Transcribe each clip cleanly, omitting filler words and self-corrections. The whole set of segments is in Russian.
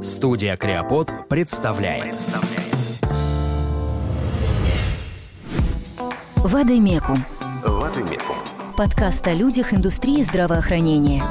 Студия Креопод представляет. Вадимекум. Подкаст о людях индустрии здравоохранения.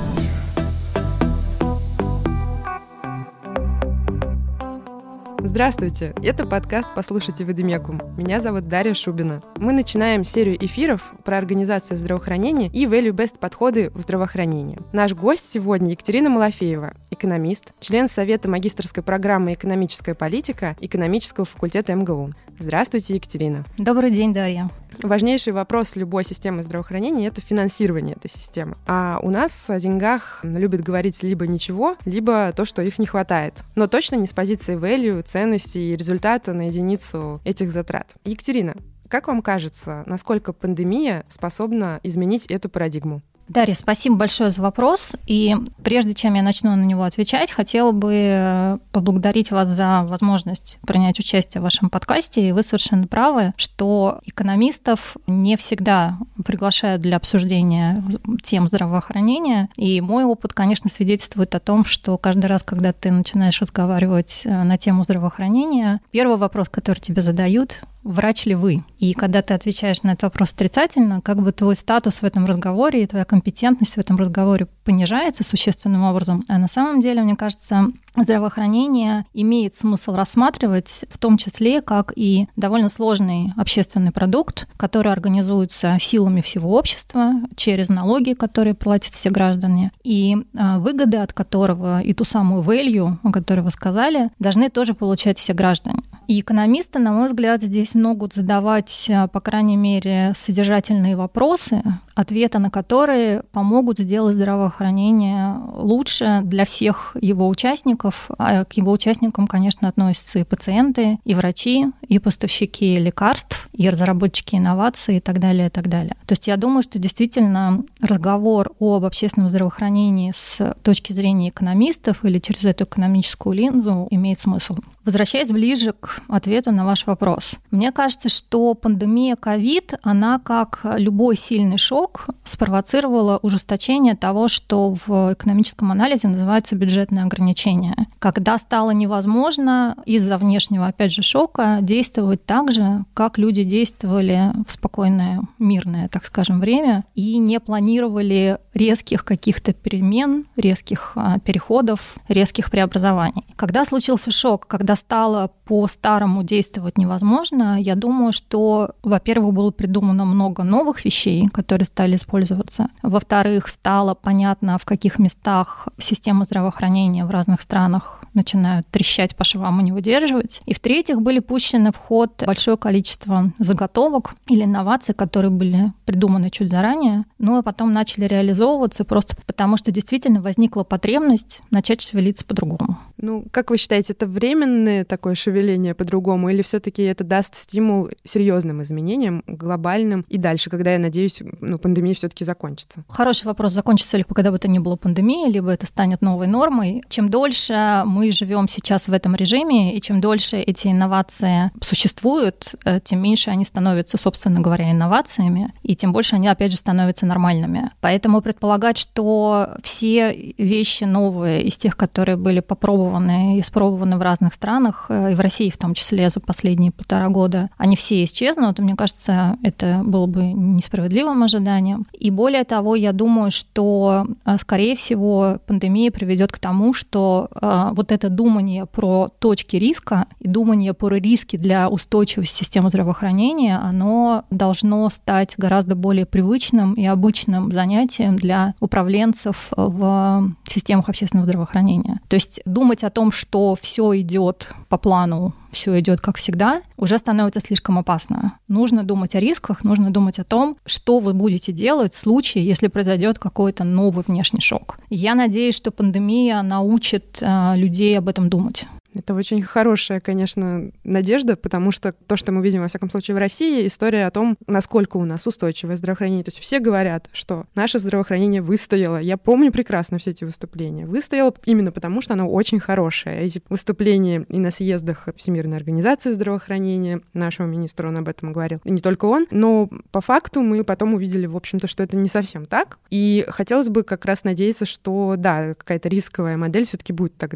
Здравствуйте, это подкаст «Послушайте Вадимекум». Меня зовут Дарья Шубина. Мы начинаем серию эфиров про организацию здравоохранения и value-based подходы в здравоохранении. Наш гость сегодня Екатерина Малафеева, экономист, член Совета магистерской программы «Экономическая политика» экономического факультета МГУ. Здравствуйте, Екатерина. Добрый день, Дарья. Важнейший вопрос любой системы здравоохранения – это финансирование этой системы. А у нас о деньгах любят говорить либо ничего, либо то, что их не хватает. Но точно не с позиции value, ценности и результата на единицу этих затрат. Екатерина, как вам кажется, насколько пандемия способна изменить эту парадигму? Дарья, спасибо большое за вопрос. И прежде чем я начну на него отвечать, хотела бы поблагодарить вас за возможность принять участие в вашем подкасте. И вы совершенно правы, что экономистов не всегда приглашают для обсуждения тем здравоохранения. И мой опыт, конечно, свидетельствует о том, что каждый раз, когда ты начинаешь разговаривать на тему здравоохранения, первый вопрос, который тебе задают — врач ли вы? И когда ты отвечаешь на этот вопрос отрицательно, как бы твой статус в этом разговоре и твоя компетентность в этом разговоре понижается существенным образом. А на самом деле, мне кажется, здравоохранение имеет смысл рассматривать в том числе как и довольно сложный общественный продукт, который организуется силами всего общества через налоги, которые платят все граждане, и выгоды от которого, и ту самую value, о которой вы сказали, должны тоже получать все граждане. И экономисты, на мой взгляд, здесь могут задавать, по крайней мере, содержательные вопросы, ответы на которые помогут сделать здравоохранение лучше для всех его участников. А к его участникам, конечно, относятся и пациенты, и врачи, и поставщики лекарств, и разработчики инноваций, и так далее, и так далее. То есть я думаю, что действительно разговор об общественном здравоохранении с точки зрения экономистов или через эту экономическую линзу имеет смысл. Возвращаясь ближе к ответу на ваш вопрос. Мне кажется, что пандемия COVID, она, как любой сильный шок, спровоцировала ужесточение того, что в экономическом анализе называется бюджетное ограничение. Когда стало невозможно из-за внешнего, опять же, шока действовать так же, как люди действовали в спокойное, мирное, так скажем, время, и не планировали резких каких-то перемен, резких переходов, резких преобразований. Когда случился шок, когда стало по-старому действовать невозможно, я думаю, что, во-первых, было придумано много новых вещей, которые стали использоваться. Во-вторых, стало понятно, в каких местах системы здравоохранения в разных странах начинают трещать по швам и не выдерживать. И в-третьих, были пущены в ход большое количество заготовок или инноваций, которые были придуманы чуть заранее, но потом начали реализовываться просто потому, что действительно возникла потребность начать шевелиться по-другому. Ну, как вы считаете, это временное такое шевеление по-другому, или все-таки это даст стимул серьезным изменениям, глобальным, и дальше, когда, я надеюсь, пандемия все-таки закончится? Хороший вопрос, закончится ли когда бы то ни было пандемия, либо это станет новой нормой. Чем дольше мы живем сейчас в этом режиме, и чем дольше эти инновации существуют, тем меньше они становятся, собственно говоря, инновациями, и тем больше они, опять же, становятся нормальными. Поэтому предполагать, что все вещи новые из тех, которые были попробованы и испробованы в разных странах, и в России в том числе за последние 1,5 года, они все исчезнут, и мне кажется, это было бы несправедливым ожиданием. И более того, я думаю, что, скорее всего, пандемия приведет к тому, что вот это думание про точки риска и думание про риски для устойчивости системы здравоохранения, оно должно стать гораздо более привычным и обычным занятием для управленцев в системах общественного здравоохранения. То есть думать о том, что все идет по плану, все идет как всегда, уже становится слишком опасно. Нужно думать о рисках, нужно думать о том, что вы будете делать в случае, если произойдет какой-то новый внешний шок. Я надеюсь, что пандемия научит людей об этом думать. Это очень хорошая, конечно, надежда, потому что то, что мы видим, во всяком случае, в России, история о том, насколько у нас устойчивое здравоохранение. То есть все говорят, что наше здравоохранение выстояло. Я помню прекрасно все эти выступления. Выстояло именно потому, что оно очень хорошее. Эти выступления и на съездах Всемирной организации здравоохранения, нашего министра, он об этом говорил, и не только он, но по факту мы потом увидели, в общем-то, что это не совсем так. И хотелось бы как раз надеяться, что, да, какая-то рисковая модель все-таки будет тогда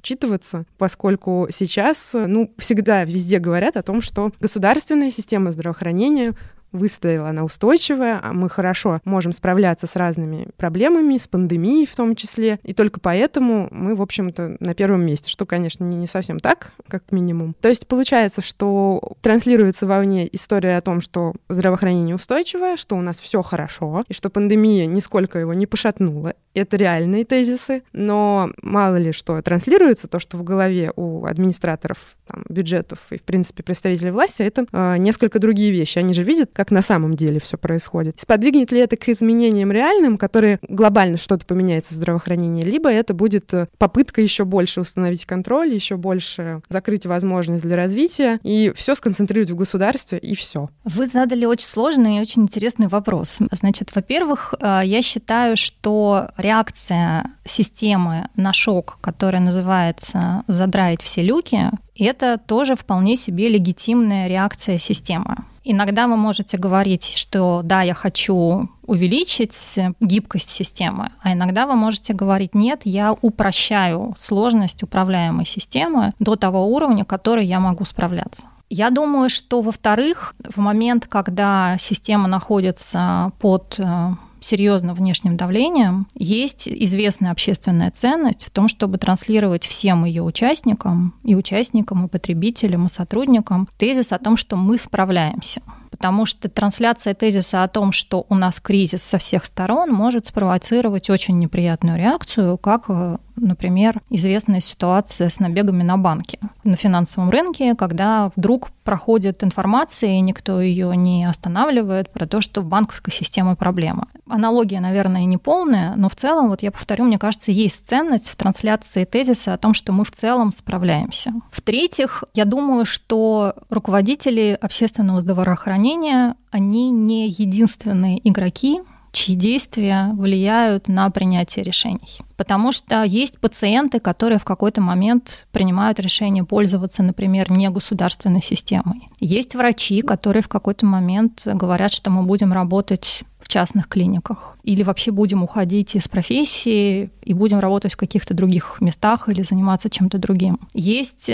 учитываться, поскольку сейчас, всегда везде говорят о том, что государственная система здравоохранения выстояла, она устойчивая, а мы хорошо можем справляться с разными проблемами, с пандемией в том числе, и только поэтому мы, в общем-то, на первом месте, что, конечно, не совсем так, как минимум. То есть получается, что транслируется вовне история о том, что здравоохранение устойчивое, что у нас все хорошо, и что пандемия нисколько его не пошатнула. Это реальные тезисы, но мало ли что транслируется, то, что в голове у администраторов бюджетов и, в принципе, представителей власти, это несколько другие вещи. Они же видят, как на самом деле все происходит. Сподвигнет ли это к изменениям реальным, которые глобально что-то поменяется в здравоохранении, либо это будет попытка еще больше установить контроль, еще больше закрыть возможность для развития и все сконцентрировать в государстве, и все. Вы задали очень сложный и очень интересный вопрос. Значит, во-первых, я считаю, что реакция системы на шок, которая называется «задраить все люки», это тоже вполне себе легитимная реакция системы. Иногда вы можете говорить, что да, я хочу увеличить гибкость системы, а иногда вы можете говорить, нет, я упрощаю сложность управляемой системы до того уровня, который я могу справляться. Я думаю, что, во-вторых, в момент, когда система находится под серьезным внешним давлением, есть известная общественная ценность в том, чтобы транслировать всем ее участникам, и потребителям, и сотрудникам тезис о том, что мы справляемся. Потому что трансляция тезиса о том, что у нас кризис со всех сторон, может спровоцировать очень неприятную реакцию, как, например, известная ситуация с набегами на банки на финансовом рынке, когда вдруг проходит информация, и никто ее не останавливает, про то, что в банковской системе проблема. Аналогия, наверное, не полная, но в целом, я повторю, мне кажется, есть ценность в трансляции тезиса о том, что мы в целом справляемся. В-третьих, я думаю, что руководители общественного здравоохранения, они не единственные игроки, чьи действия влияют на принятие решений. Потому что есть пациенты, которые в какой-то момент принимают решение пользоваться, например, не государственной системой. Есть врачи, которые в какой-то момент говорят, что мы будем работать в частных клиниках или вообще будем уходить из профессии и будем работать в каких-то других местах или заниматься чем-то другим. Есть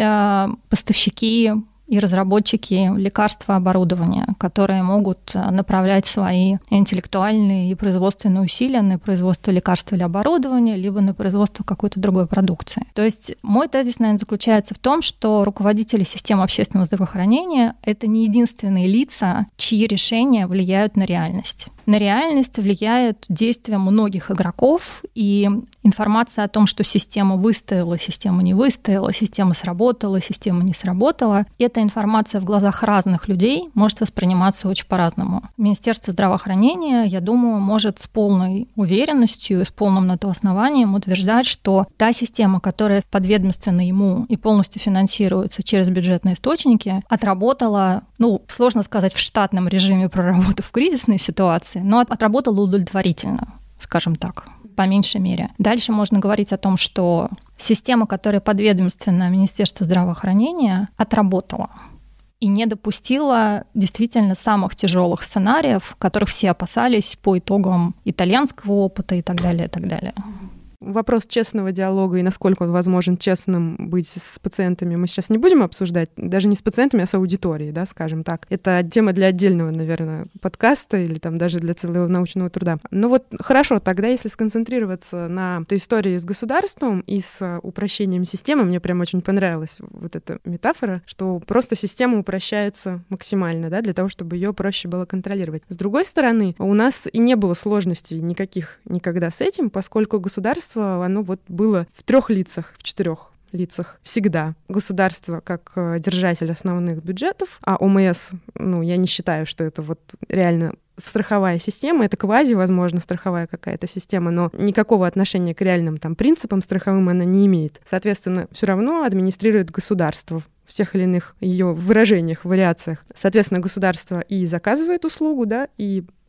поставщики и разработчики лекарства, оборудования, которые могут направлять свои интеллектуальные и производственные усилия на производство лекарства или оборудования, либо на производство какой-то другой продукции. То есть мой тезис, наверное, заключается в том, что руководители системы общественного здравоохранения — это не единственные лица, чьи решения влияют на реальность. На реальность влияет действие многих игроков, и информация о том, что система выстояла, система не выстояла, система сработала, система не сработала, эта информация в глазах разных людей может восприниматься очень по-разному. Министерство здравоохранения, я думаю, может с полной уверенностью и с полным на то основанием утверждать, что та система, которая подведомственна ему и полностью финансируется через бюджетные источники, отработала, сложно сказать в штатном режиме, проработав в кризисной ситуации, но отработала удовлетворительно, скажем так, по меньшей мере. Дальше можно говорить о том, что система, которая подведомственна Министерству здравоохранения, отработала и не допустила действительно самых тяжелых сценариев, которых все опасались по итогам итальянского опыта и так далее, и так далее. Вопрос честного диалога и насколько он возможен честным быть с пациентами мы сейчас не будем обсуждать, даже не с пациентами, а с аудиторией, да, скажем так. Это тема для отдельного, наверное, подкаста или даже для целого научного труда. Но хорошо, тогда если сконцентрироваться на той истории с государством и с упрощением системы, мне прям очень понравилась эта метафора, что просто система упрощается максимально, да, для того, чтобы ее проще было контролировать. С другой стороны, у нас и не было сложностей никаких никогда с этим, поскольку государство, оно было в 3 лицах, в 4 лицах всегда. Государство как держатель основных бюджетов, а ОМС, я не считаю, что это реально страховая система, это квази, возможно, страховая какая-то система, но никакого отношения к реальным принципам страховым она не имеет. Соответственно, все равно администрирует государство в тех или иных ее выражениях, вариациях. Соответственно, государство и заказывает услугу, да, и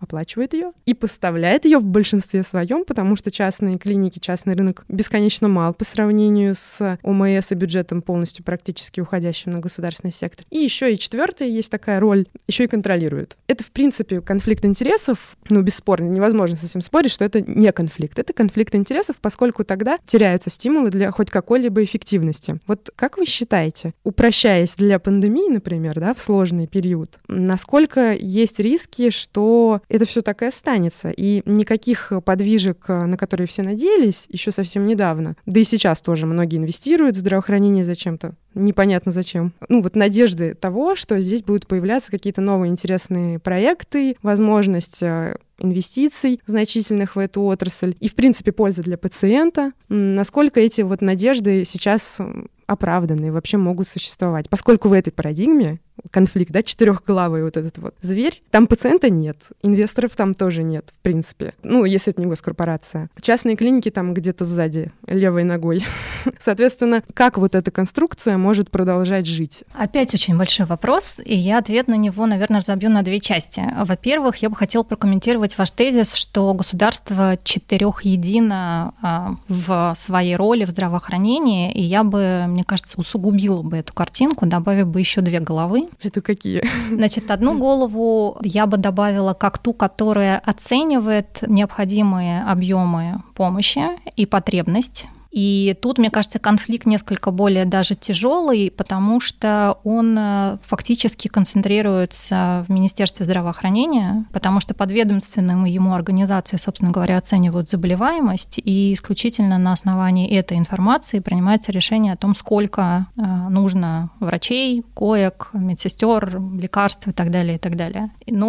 оплачивает ее и поставляет ее в большинстве своем, потому что частные клиники, частный рынок бесконечно мал по сравнению с ОМС и бюджетом полностью практически уходящим на государственный сектор. И еще и четвертая есть такая роль, еще и контролирует. Это, в принципе, конфликт интересов, бесспорно, невозможно с этим спорить, что это не конфликт. Это конфликт интересов, поскольку тогда теряются стимулы для хоть какой-либо эффективности. Вот как вы считаете, упрощаясь для пандемии, например, в сложный период, насколько есть риски, что это все так и останется, и никаких подвижек, на которые все надеялись еще совсем недавно, да и сейчас тоже многие инвестируют в здравоохранение зачем-то, непонятно зачем. Надежды того, что здесь будут появляться какие-то новые интересные проекты, возможность инвестиций значительных в эту отрасль и, в принципе, польза для пациента. Насколько эти надежды сейчас оправданы и вообще могут существовать? Поскольку в этой парадигме конфликт, четырехглавый этот зверь, там пациента нет, инвесторов там тоже нет, в принципе. Если это не госкорпорация. Частные клиники там где-то сзади, левой ногой. Соответственно, как эта конструкция может продолжать жить? Опять очень большой вопрос, и я ответ на него, наверное, разобью на две части. Во-первых, я бы хотела прокомментировать ваш тезис, что государство четырехедино в своей роли в здравоохранении, и я бы, мне кажется, усугубила бы эту картинку, добавив бы еще две головы. Это какие? Значит, одну голову я бы добавила как ту, которая оценивает необходимые объемы помощи и потребность. И тут, мне кажется, конфликт несколько более даже тяжелый, потому что он фактически концентрируется в Министерстве здравоохранения, потому что подведомственные ему организации, собственно говоря, оценивают заболеваемость, и исключительно на основании этой информации принимается решение о том, сколько нужно врачей, коек, медсестер, лекарств и так далее, и так далее.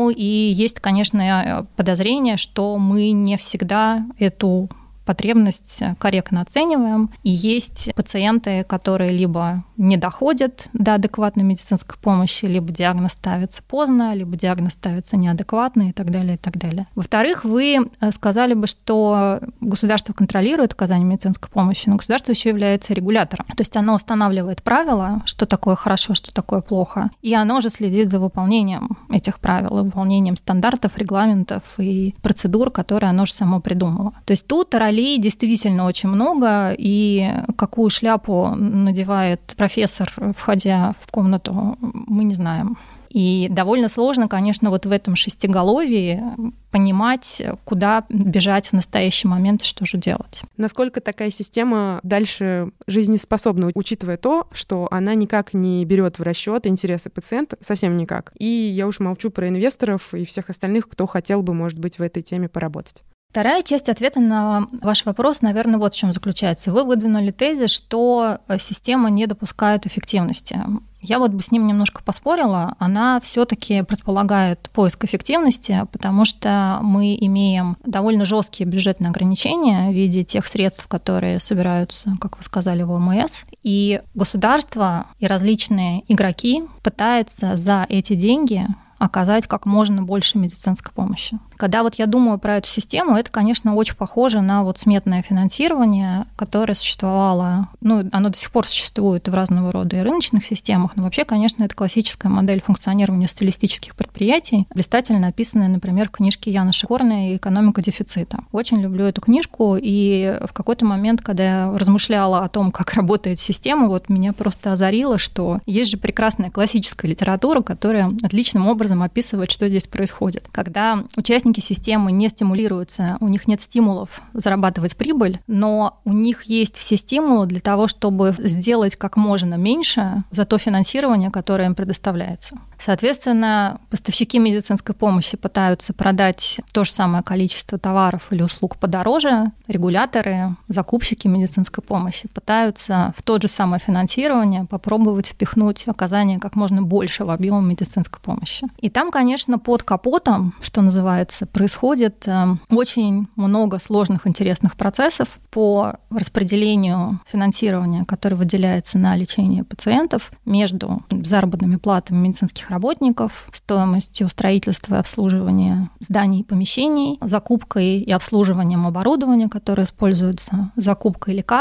И есть, конечно, подозрение, что мы не всегда эту потребность корректно оцениваем. И есть пациенты, которые либо не доходят до адекватной медицинской помощи, либо диагноз ставится поздно, либо диагноз ставится неадекватно и так далее, и так далее. Во-вторых, вы сказали бы, что государство контролирует оказание медицинской помощи, но государство еще является регулятором. То есть оно устанавливает правила, что такое хорошо, что такое плохо, и оно же следит за выполнением этих правил, выполнением стандартов, регламентов и процедур, которые оно же само придумало. То есть тут ролей действительно очень много, и какую шляпу надевает профессор, входя в комнату, мы не знаем. И довольно сложно, конечно, в этом шестиголовии понимать, куда бежать в настоящий момент и что же делать. Насколько такая система дальше жизнеспособна, учитывая то, что она никак не берет в расчет интересы пациента, совсем никак. И я уж молчу про инвесторов и всех остальных, кто хотел бы, может быть, в этой теме поработать. Вторая часть ответа на ваш вопрос, наверное, вот в чем заключается. Вы выдвинули тезис, что система не допускает эффективности. Я бы с ним немножко поспорила. Она все-таки предполагает поиск эффективности, потому что мы имеем довольно жесткие бюджетные ограничения в виде тех средств, которые собираются, как вы сказали, в ОМС. И государство и различные игроки пытаются за эти деньги оказать как можно больше медицинской помощи. Когда я думаю про эту систему, это, конечно, очень похоже на сметное финансирование, которое существовало, оно до сих пор существует в разного рода и рыночных системах, но вообще, конечно, это классическая модель функционирования социалистических предприятий, блистательно описанная, например, в книжке Яна Шикорна «Экономика дефицита». Очень люблю эту книжку, и в какой-то момент, когда я размышляла о том, как работает система, меня просто озарило, что есть же прекрасная классическая литература, которая отличным образом описывает, что здесь происходит. Когда участники системы не стимулируются, у них нет стимулов зарабатывать прибыль, но у них есть все стимулы для того, чтобы сделать как можно меньше за то финансирование, которое им предоставляется. Соответственно, поставщики медицинской помощи пытаются продать то же самое количество товаров или услуг подороже, регуляторы, закупщики медицинской помощи пытаются в то же самое финансирование попробовать впихнуть оказание как можно большего объема медицинской помощи. И там, конечно, под капотом, что называется, происходит очень много сложных, интересных процессов по распределению финансирования, которое выделяется на лечение пациентов, между заработными платами медицинских работников, стоимостью строительства и обслуживания зданий и помещений, закупкой и обслуживанием оборудования, которое используется, закупкой лекарств,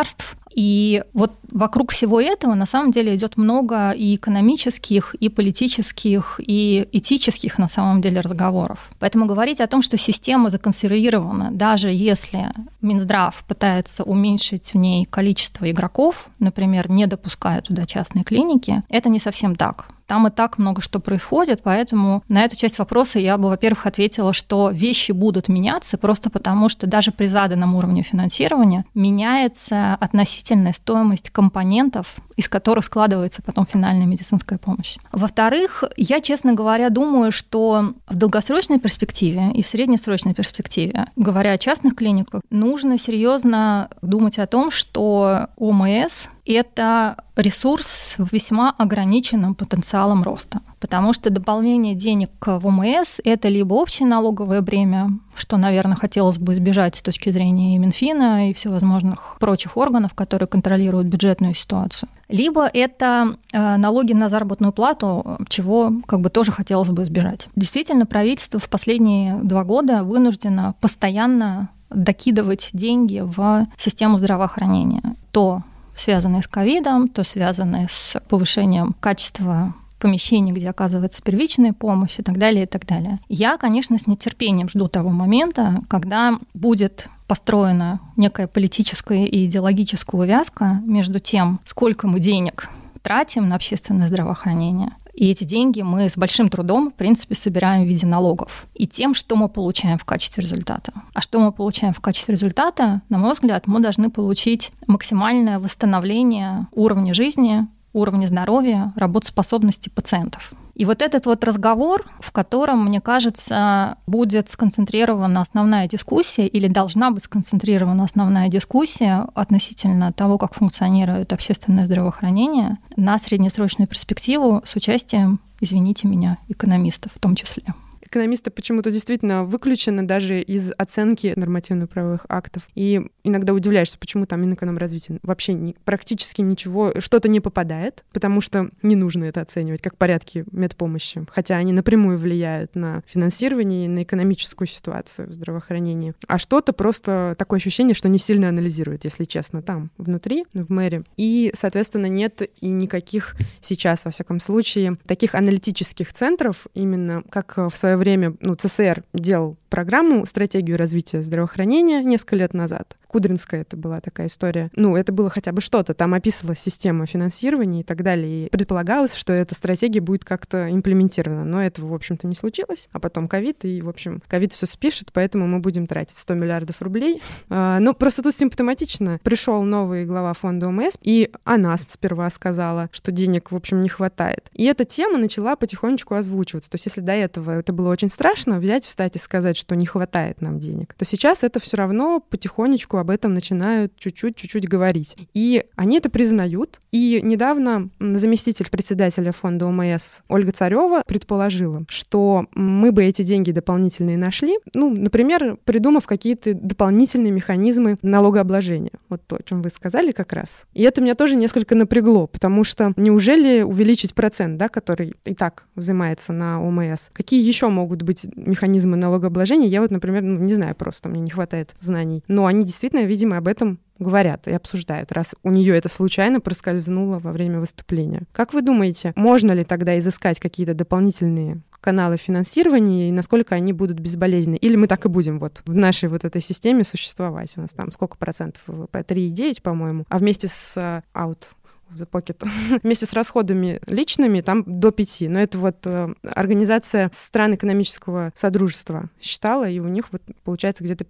И вот вокруг всего этого на самом деле идет много и экономических, и политических, и этических на самом деле разговоров. Поэтому говорить о том, что система законсервирована, даже если Минздрав пытается уменьшить в ней количество игроков, например, не допуская туда частные клиники, это не совсем так. Там и так много что происходит, поэтому на эту часть вопроса я бы, во-первых, ответила, что вещи будут меняться просто потому, что даже при заданном уровне финансирования меняется относительная стоимость компонентов, из которых складывается потом финальная медицинская помощь. Во-вторых, я, честно говоря, думаю, что в долгосрочной перспективе и в среднесрочной перспективе, говоря о частных клиниках, нужно серьезно думать о том, что ОМС – это ресурс с весьма ограниченным потенциалом роста. Потому что дополнение денег в ОМС – это либо общее налоговое бремя, что, наверное, хотелось бы избежать с точки зрения и Минфина, и всевозможных прочих органов, которые контролируют бюджетную ситуацию. Либо это налоги на заработную плату, чего тоже хотелось бы избежать. Действительно, правительство в последние 2 года вынуждено постоянно докидывать деньги в систему здравоохранения. То связанные с ковидом, то связанные с повышением качества помещений, где оказывается первичная помощь и так далее, и так далее. Я, конечно, с нетерпением жду того момента, когда будет построена некая политическая и идеологическая увязка между тем, сколько мы денег тратим на общественное здравоохранение, и эти деньги мы с большим трудом, в принципе, собираем в виде налогов, и тем, что мы получаем в качестве результата. А что мы получаем в качестве результата, на мой взгляд, мы должны получить максимальное восстановление уровня жизни, уровня здоровья, работоспособности пациентов. И вот этот вот разговор, в котором, мне кажется, будет сконцентрирована основная дискуссия или должна быть сконцентрирована основная дискуссия относительно того, как функционирует общественное здравоохранение на среднесрочную перспективу с участием, извините меня, экономистов в том числе. Экономисты почему-то действительно выключены даже из оценки нормативно-правовых актов. И иногда удивляешься, почему там Минэкономразвития вообще практически ничего, что-то не попадает, потому что не нужно это оценивать как порядки медпомощи, хотя они напрямую влияют на финансирование и на экономическую ситуацию в здравоохранении. А что-то просто такое ощущение, что не сильно анализирует, если честно, там, внутри, в мэре. И, соответственно, нет и никаких сейчас, во всяком случае, таких аналитических центров, именно как в свое время ЦСР делал программу «Стратегию развития здравоохранения» несколько лет назад. Кудринская это была такая история. Это было хотя бы что-то. Там описывалась система финансирования и так далее. И предполагалось, что эта стратегия будет как-то имплементирована. Но этого, в общем-то, не случилось. А потом ковид, и, в общем, ковид все спишет, поэтому мы будем тратить 100 миллиардов рублей. Но просто тут симптоматично. Пришел новый глава фонда ОМС, и она сперва сказала, что денег, в общем, не хватает. И эта тема начала потихонечку озвучиваться. То есть если до этого это было очень страшно, встать и сказать, что не хватает нам денег, то сейчас это все равно потихонечку об этом начинают чуть-чуть говорить. И они это признают. И недавно заместитель председателя фонда ОМС Ольга Царева предположила, что мы бы эти деньги дополнительные нашли, например, придумав какие-то дополнительные механизмы налогообложения. Вот то, о чем вы сказали как раз. И это меня тоже несколько напрягло, потому что неужели увеличить процент, который и так взимается на ОМС? Какие еще могут быть механизмы налогообложения? Я например, не знаю просто, мне не хватает знаний. Но они действительно, видимо, об этом говорят и обсуждают, раз у нее это случайно проскользнуло во время выступления. Как вы думаете, можно ли тогда изыскать какие-то дополнительные каналы финансирования и насколько они будут безболезненны? Или мы так и будем в нашей этой системе существовать? У нас там сколько процентов ВВП? 3,9, по-моему. А вместе с out the pocket. Вместе с расходами личными там до 5. Но это организация стран экономического содружества считала, и у них получается где-то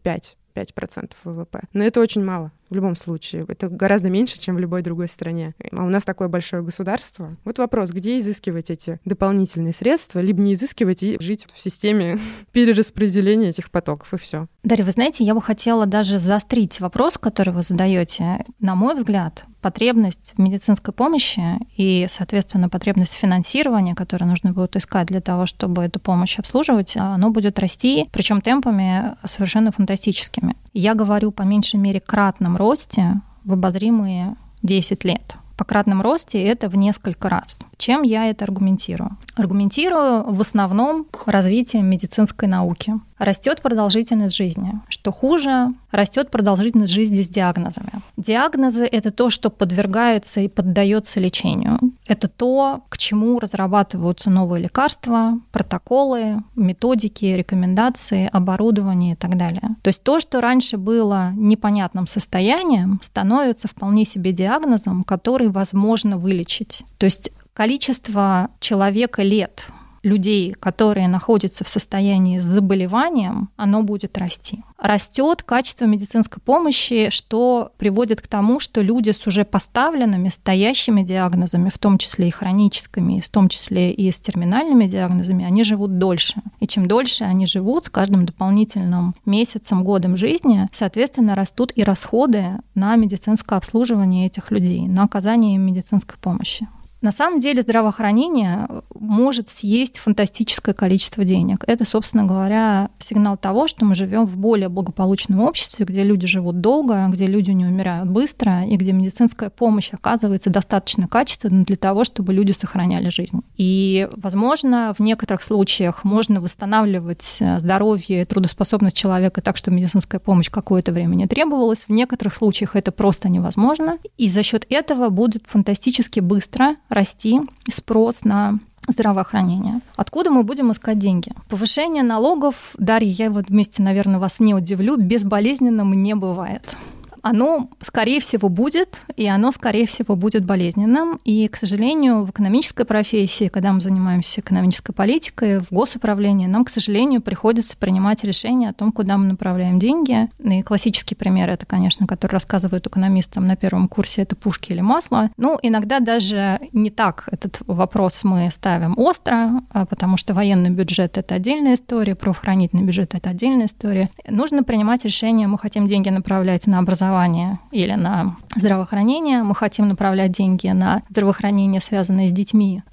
5% ВВП. Но это очень мало. В любом случае. Это гораздо меньше, чем в любой другой стране. А у нас такое большое государство. Вот вопрос, где изыскивать эти дополнительные средства, либо не изыскивать и жить в системе перераспределения этих потоков, и все. Дарья, вы знаете, я бы хотела даже заострить вопрос, который вы задаете. На мой взгляд, потребность в медицинской помощи и, соответственно, потребность финансирования, которую нужно будет искать для того, чтобы эту помощь обслуживать, оно будет расти, причем темпами совершенно фантастическими. Я говорю по меньшей мере кратном росте в обозримые 10 лет. По кратном росте это в несколько раз. Чем я это аргументирую? Аргументирую в основном развитием медицинской науки. Растет продолжительность жизни. Что хуже, растет продолжительность жизни с диагнозами. Диагнозы — это то, что подвергается и поддается лечению. Это то, к чему разрабатываются новые лекарства, протоколы, методики, рекомендации, оборудование и так далее. То есть то, что раньше было непонятным состоянием, становится вполне себе диагнозом, который возможно вылечить. То есть количество человека лет, людей, которые находятся в состоянии с заболеванием, оно будет расти. Растет качество медицинской помощи, что приводит к тому, что люди с уже поставленными, стоящими диагнозами, в том числе и хроническими, в том числе и с терминальными диагнозами, они живут дольше. И чем дольше они живут, с каждым дополнительным месяцем, годом жизни, соответственно, растут и расходы на медицинское обслуживание этих людей, на оказание им медицинской помощи. На самом деле здравоохранение может съесть фантастическое количество денег. Это, собственно говоря, сигнал того, что мы живем в более благополучном обществе, где люди живут долго, где люди не умирают быстро, и где медицинская помощь оказывается достаточно качественной для того, чтобы люди сохраняли жизнь. И, возможно, в некоторых случаях можно восстанавливать здоровье и трудоспособность человека так, что медицинская помощь какое-то время не требовалась. В некоторых случаях это просто невозможно. И за счет этого будет фантастически быстро расти спрос на здравоохранение. Откуда мы будем искать деньги? Повышение налогов, Дарья, я в этом месте, наверное, вас не удивлю, безболезненным не бывает. Оно, скорее всего, будет, и оно, скорее всего, будет болезненным. И, к сожалению, в экономической профессии, когда мы занимаемся экономической политикой, в госуправлении, нам, к сожалению, приходится принимать решения о том, куда мы направляем деньги. И классический пример — это, конечно, который рассказывают экономистам на первом курсе, это пушки или масло. Ну, иногда даже не так этот вопрос мы ставим остро, потому что военный бюджет — это отдельная история, правоохранительный бюджет — это отдельная история. Нужно принимать решение, мы хотим деньги направлять на образование или на здравоохранение, мы хотим направлять деньги на здравоохранение, связанное с детьми,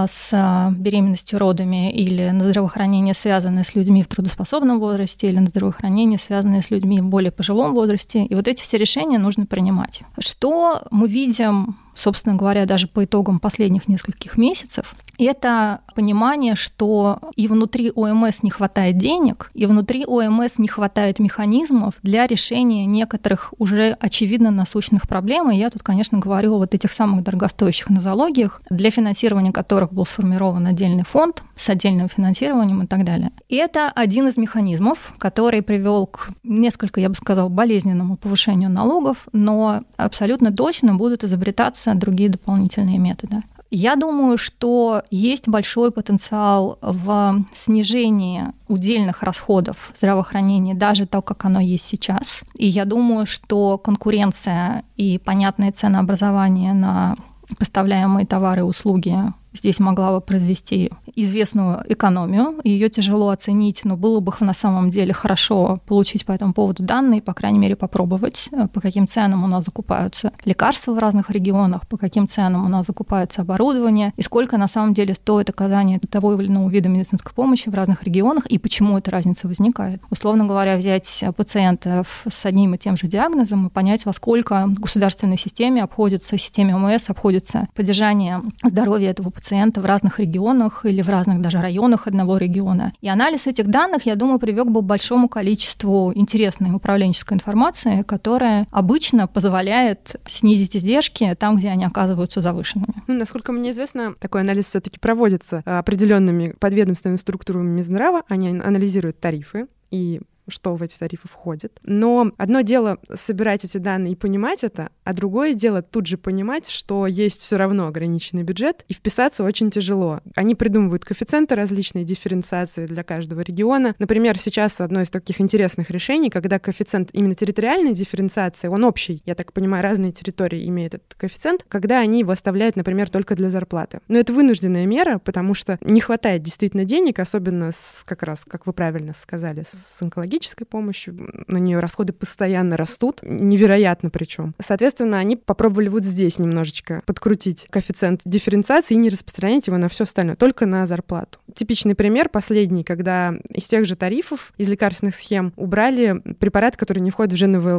с беременностью, родами, или на здравоохранение, связанное с людьми в трудоспособном возрасте, или на здравоохранение, связанное с людьми в более пожилом возрасте. И вот эти все решения нужно принимать. Что мы видим, собственно говоря, даже по итогам последних нескольких месяцев, это понимание, что и внутри ОМС не хватает денег, и внутри ОМС не хватает механизмов для решения некоторых уже очевидно насущных проблем. И я тут, конечно, говорю о вот этих самых дорогостоящих нозологиях, для финансирования которых был сформирован отдельный фонд с отдельным финансированием и так далее. И это один из механизмов, который привел к несколько, я бы сказала, болезненному повышению налогов, но абсолютно точно будут изобретаться другие дополнительные методы. Я думаю, что есть большой потенциал в снижении удельных расходов здравоохранения, даже так, как оно есть сейчас. И я думаю, что конкуренция и понятное ценообразование на поставляемые товары и услуги здесь могла бы произвести известную экономию. Ее тяжело оценить, но было бы на самом деле хорошо получить по этому поводу данные, по крайней мере, попробовать, по каким ценам у нас закупаются лекарства в разных регионах, по каким ценам у нас закупается оборудование, и сколько на самом деле стоит оказание того или иного вида медицинской помощи в разных регионах, и почему эта разница возникает. Условно говоря, взять пациентов с одним и тем же диагнозом и понять, во сколько в государственной системе обходится, системе ОМС обходится поддержание здоровья этого пациента в разных регионах или в разных даже районах одного региона. И анализ этих данных, я думаю, привел бы к большому количеству интересной управленческой информации, которая обычно позволяет снизить издержки там, где они оказываются завышенными. Насколько мне известно, такой анализ все-таки проводится определенными подведомственными структурами Минздрава. Они анализируют тарифы и что в эти тарифы входит. Но одно дело собирать эти данные и понимать это, а другое дело тут же понимать, что есть все равно ограниченный бюджет, и вписаться очень тяжело. Они придумывают коэффициенты различные, дифференциации для каждого региона. Например, сейчас одно из таких интересных решений, когда коэффициент именно территориальной дифференциации, он общий, я так понимаю, разные территории имеют этот коэффициент, когда они его оставляют, например, только для зарплаты. Но это вынужденная мера, потому что не хватает действительно денег, особенно как раз, как вы правильно сказали, с онкологией, помощью, на нее расходы постоянно растут, невероятно причем. Соответственно, они попробовали вот здесь немножечко подкрутить коэффициент дифференциации и не распространять его на все остальное, только на зарплату. Типичный пример последний, когда из тех же тарифов, из лекарственных схем убрали препараты, которые не входят в ЖНВЛП.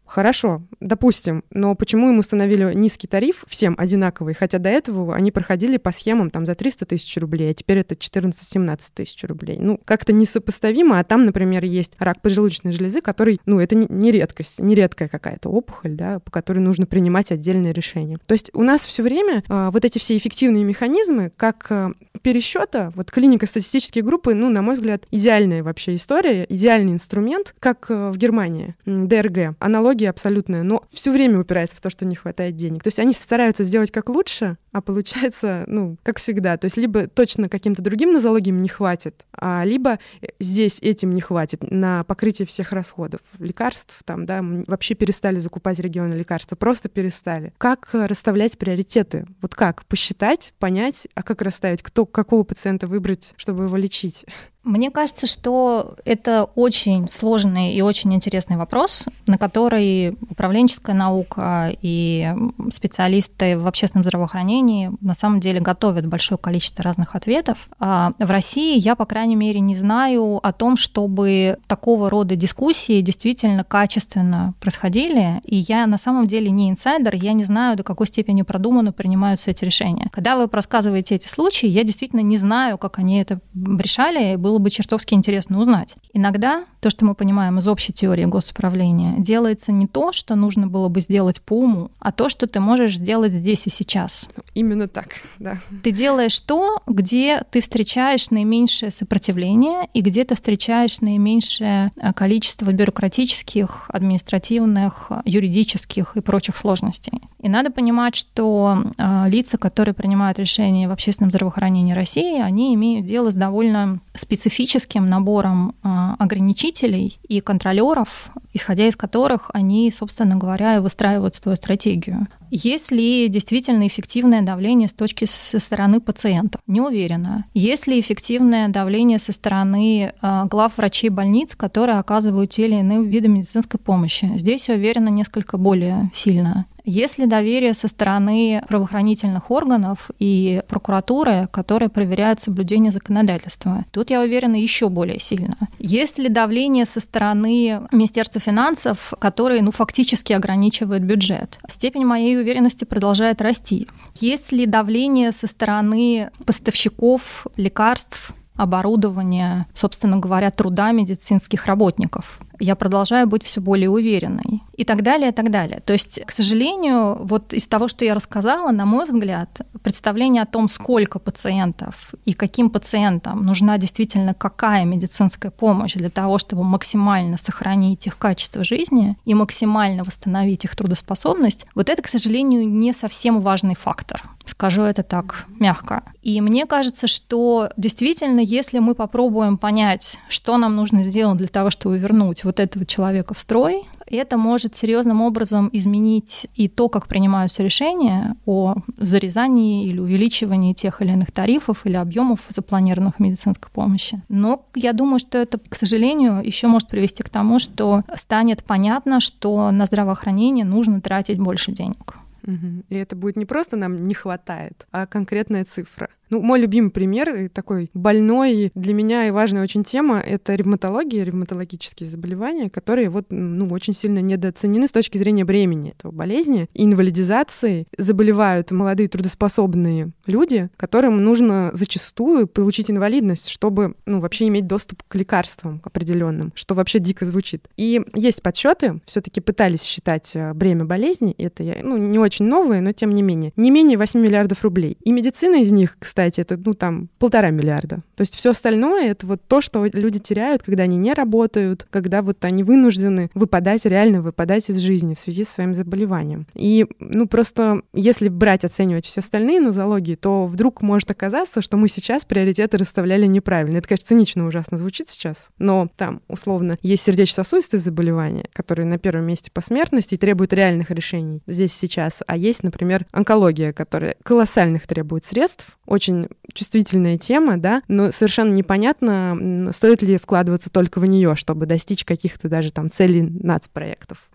Хорошо, допустим, но почему им установили низкий тариф, всем одинаковый, хотя до этого они проходили по схемам там за 300 тысяч рублей, а теперь это 14-17 тысяч рублей. Ну, как-то несопоставимо, а там, например, есть рак поджелудочной железы, который, ну, это не редкость, не редкая какая-то опухоль, да, по которой нужно принимать отдельное решение. То есть у нас все время вот эти все эффективные механизмы, как пересчета, вот клинико-статистические группы, ну, на мой взгляд, идеальная вообще история, идеальный инструмент, как в Германии, ДРГ, аналогия абсолютная, но все время упирается в то, что не хватает денег. То есть они стараются сделать как лучше, а получается, ну, как всегда, то есть либо точно каким-то другим нозологиям не хватит, либо здесь этим не хватит на покрытие всех расходов, лекарств, там, да, вообще перестали закупать регионы лекарства, просто перестали. Как расставлять приоритеты? Вот как? Посчитать, понять, а как расставить, какого пациента выбрать, чтобы его лечить? Мне кажется, что это очень сложный и очень интересный вопрос, на который управленческая наука и специалисты в общественном здравоохранении на самом деле готовят большое количество разных ответов. А в России я, по крайней мере, не знаю о том, чтобы такого рода дискуссии действительно качественно происходили, и я на самом деле не инсайдер, я не знаю, до какой степени продуманно принимаются эти решения. Когда вы рассказываете эти случаи, я действительно не знаю, как они это решали, было бы чертовски интересно узнать. Иногда то, что мы понимаем из общей теории госуправления, делается не то, что нужно было бы сделать по уму, а то, что ты можешь сделать здесь и сейчас. Именно так, да. Ты делаешь то, где ты встречаешь наименьшее сопротивление и где ты встречаешь наименьшее количество бюрократических, административных, юридических и прочих сложностей. И надо понимать, что лица, которые принимают решения в общественном здравоохранении России, они имеют дело с довольно специфическим набором ограничителей и контролеров, исходя из которых они, собственно говоря, и выстраивают свою стратегию. Есть ли действительно эффективное давление со стороны пациентов? Не уверена. Есть ли эффективное давление со стороны глав врачей больниц, которые оказывают те или иные виды медицинской помощи? Здесь, я уверена, несколько более сильно. Есть ли доверие со стороны правоохранительных органов и прокуратуры, которые проверяют соблюдение законодательства? Тут, я уверена, еще более сильно. Есть ли давление со стороны Министерства финансов, которые, фактически ограничивают бюджет? Степень моей уверенности продолжает расти. Есть ли давление со стороны поставщиков лекарств, оборудования, собственно говоря, труда медицинских работников? Я продолжаю быть все более уверенной. И так далее, и так далее. То есть, к сожалению, вот из того, что я рассказала, на мой взгляд, представление о том, сколько пациентов и каким пациентам нужна действительно какая медицинская помощь для того, чтобы максимально сохранить их качество жизни и максимально восстановить их трудоспособность, вот это, к сожалению, не совсем важный фактор. Скажу это так мягко. И мне кажется, что действительно, если мы попробуем понять, что нам нужно сделать для того, чтобы вернуть вот этого человека в строй, это может серьезным образом изменить и то, как принимаются решения о зарезании или увеличивании тех или иных тарифов или объемов запланированных медицинской помощи. Но я думаю, что это, к сожалению, еще может привести к тому, что станет понятно, что на здравоохранение нужно тратить больше денег. И это будет не просто нам не хватает, а конкретная цифра. Мой любимый пример и такой больной для меня и важная очень тема — это ревматология, ревматологические заболевания, которые очень сильно недооценены с точки зрения бремени этого болезни, инвалидизации. Заболевают молодые трудоспособные люди, которым нужно зачастую получить инвалидность, чтобы вообще иметь доступ к лекарствам определенным, что вообще дико звучит. И есть подсчеты, все-таки пытались считать бремя болезни, это не очень новые, но тем не менее. Не менее 8 миллиардов рублей. И медицина из них, кстати, это 1,5 миллиарда. То есть все остальное — это то, что люди теряют, когда они не работают, когда они вынуждены реально выпадать из жизни в связи со своим заболеванием. И просто если оценивать все остальные нозологии, то вдруг может оказаться, что мы сейчас приоритеты расставляли неправильно. Это, конечно, цинично ужасно звучит сейчас, но там, условно, есть сердечно-сосудистые заболевания, которые на первом месте по смертности и требуют реальных решений здесь сейчас, а есть, например, онкология, которая колоссальных требует средств, очень чувствительная тема, да, но совершенно непонятно, стоит ли вкладываться только в нее, чтобы достичь каких-то даже целей нацпроектов. Вот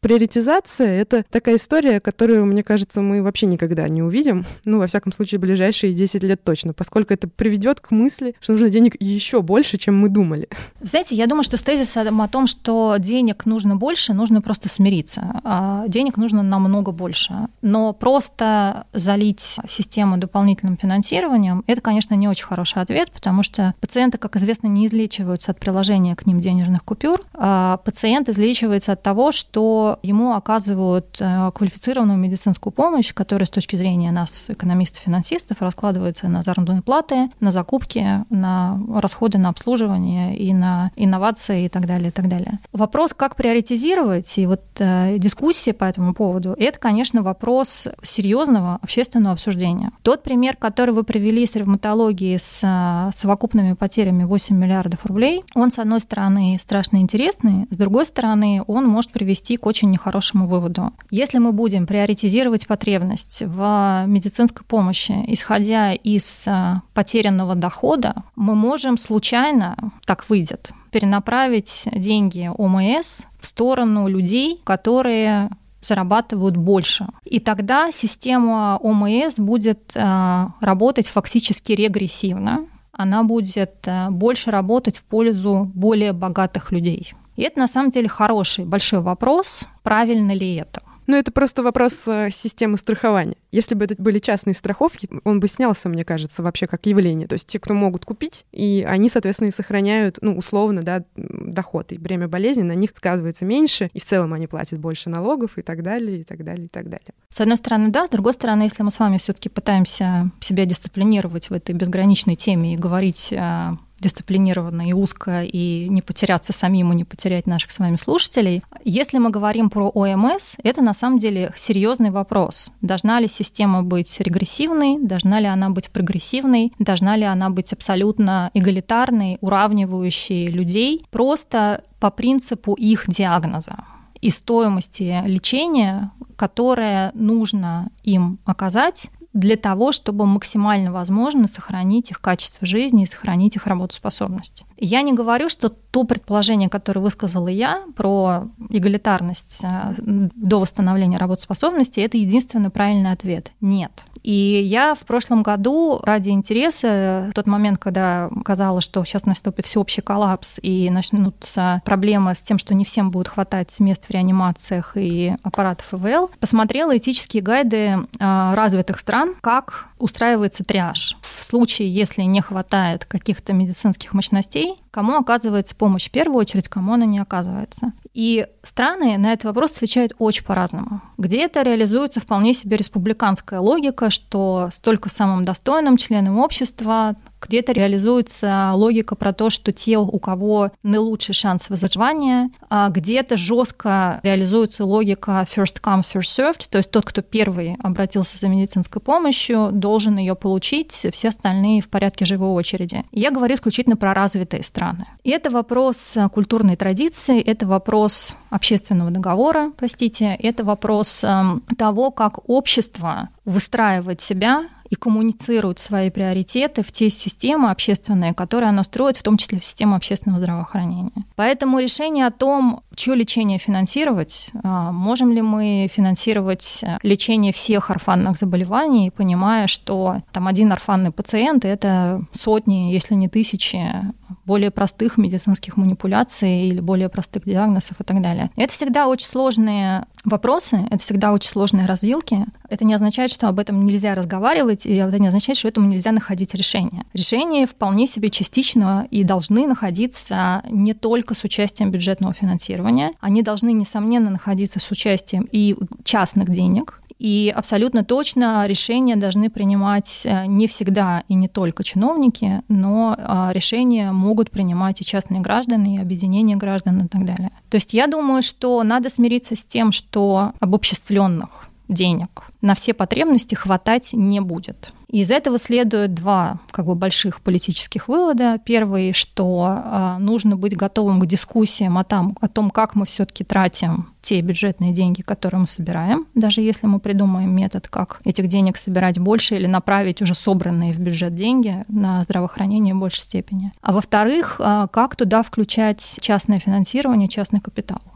Приоритизация — это такая история, которую, мне кажется, мы вообще никогда не увидим. Ну, во всяком случае, в ближайшие 10 лет точно, поскольку это приведет к мысли, что нужно денег еще больше, чем мы думали. Знаете, я думаю, что с тезисом о том, что денег нужно больше, нужно просто смириться. Денег нужно намного больше. Но просто залить систему дополнительным финансированием — это, конечно, не очень хороший ответ, потому что пациенты, как известно, не излечиваются от приложения к ним денежных купюр. Пациент излечивается от того, что ему оказывают квалифицированную медицинскую помощь, которая с точки зрения нас, экономистов-финансистов, раскладывается на заработные платы, на закупки, на расходы на обслуживание и на инновации и так далее, и так далее. Вопрос, как приоритизировать, и вот дискуссия по этому поводу, это, конечно, вопрос серьезного общественного обсуждения. Тот пример, который вы привели с ревматологией с совокупными потерями 8 миллиардов рублей, он, с одной стороны, страшно интересный, с другой стороны, он может привести к очень нехорошему выводу. Если мы будем приоритизировать потребность в медицинской помощи, исходя из потерянного дохода, мы можем случайно, так выйдет, перенаправить деньги ОМС в сторону людей, которые зарабатывают больше. И тогда система ОМС будет работать фактически регрессивно. Она будет больше работать в пользу более богатых людей. И это на самом деле хороший, большой вопрос, правильно ли это. Ну, это просто вопрос системы страхования. Если бы это были частные страховки, он бы снялся, мне кажется, вообще как явление. То есть те, кто могут купить, и они, соответственно, и сохраняют, ну, условно, да, доход. И время болезни на них сказывается меньше, и в целом они платят больше налогов и так далее, и так далее, и так далее. С одной стороны, да. С другой стороны, если мы с вами все-таки пытаемся себя дисциплинировать в этой безграничной теме и говорить дисциплинированно и узко, и не потеряться самим, и не потерять наших с вами слушателей. Если мы говорим про ОМС, это на самом деле серьезный вопрос. Должна ли система быть регрессивной, должна ли она быть прогрессивной, должна ли она быть абсолютно эгалитарной, уравнивающей людей просто по принципу их диагноза и стоимости лечения, которое нужно им оказать для того, чтобы максимально возможно сохранить их качество жизни и сохранить их работоспособность. Я не говорю, что то предположение, которое высказала я про эгалитарность до восстановления работоспособности, это единственный правильный ответ. Нет. И я в прошлом году ради интереса, в тот момент, когда казалось, что сейчас наступит всеобщий коллапс и начнутся проблемы с тем, что не всем будет хватать мест в реанимациях и аппаратов ИВЛ, посмотрела этические гайды развитых стран, как устраивается триаж. В случае, если не хватает каких-то медицинских мощностей, кому оказывается помощь в первую очередь, кому она не оказывается. И страны на этот вопрос отвечают очень по-разному. Где-то реализуется вполне себе республиканская логика, что только самым достойным членам общества, где-то реализуется логика про то, что те, у кого наилучший шанс выживания, а где-то жестко реализуется логика first come, first served, то есть тот, кто первый обратился за медицинской помощью, должен ее получить, все остальные в порядке живой очереди. Я говорю исключительно про развитые страны. И это вопрос культурной традиции, это вопрос общественного договора, это вопрос того, как общество выстраивает себя и коммуницирует свои приоритеты в те системы общественные, которые оно строит, в том числе в систему общественного здравоохранения. Поэтому решение о том, чье лечение финансировать, можем ли мы финансировать лечение всех орфанных заболеваний, понимая, что там один орфанный пациент — это сотни, если не тысячи более простых медицинских манипуляций или более простых диагнозов и так далее. Это всегда очень сложные вопросы, это всегда очень сложные развилки. Это не означает, что об этом нельзя разговаривать, и это не означает, что этому нельзя находить решение. Решения вполне себе частично и должны находиться не только с участием бюджетного финансирования, они должны, несомненно, находиться с участием и частных денег. И абсолютно точно решения должны принимать не всегда и не только чиновники, но решения могут принимать и частные граждане, и объединения граждан и так далее. То есть я думаю, что надо смириться с тем, что обобществленных денег на все потребности хватать не будет. Из этого следует два больших политических вывода. Первый, что нужно быть готовым к дискуссиям о том, как мы все-таки тратим те бюджетные деньги, которые мы собираем, даже если мы придумаем метод, как этих денег собирать больше или направить уже собранные в бюджет деньги на здравоохранение в большей степени. А во-вторых, как туда включать частное финансирование, частный капитал.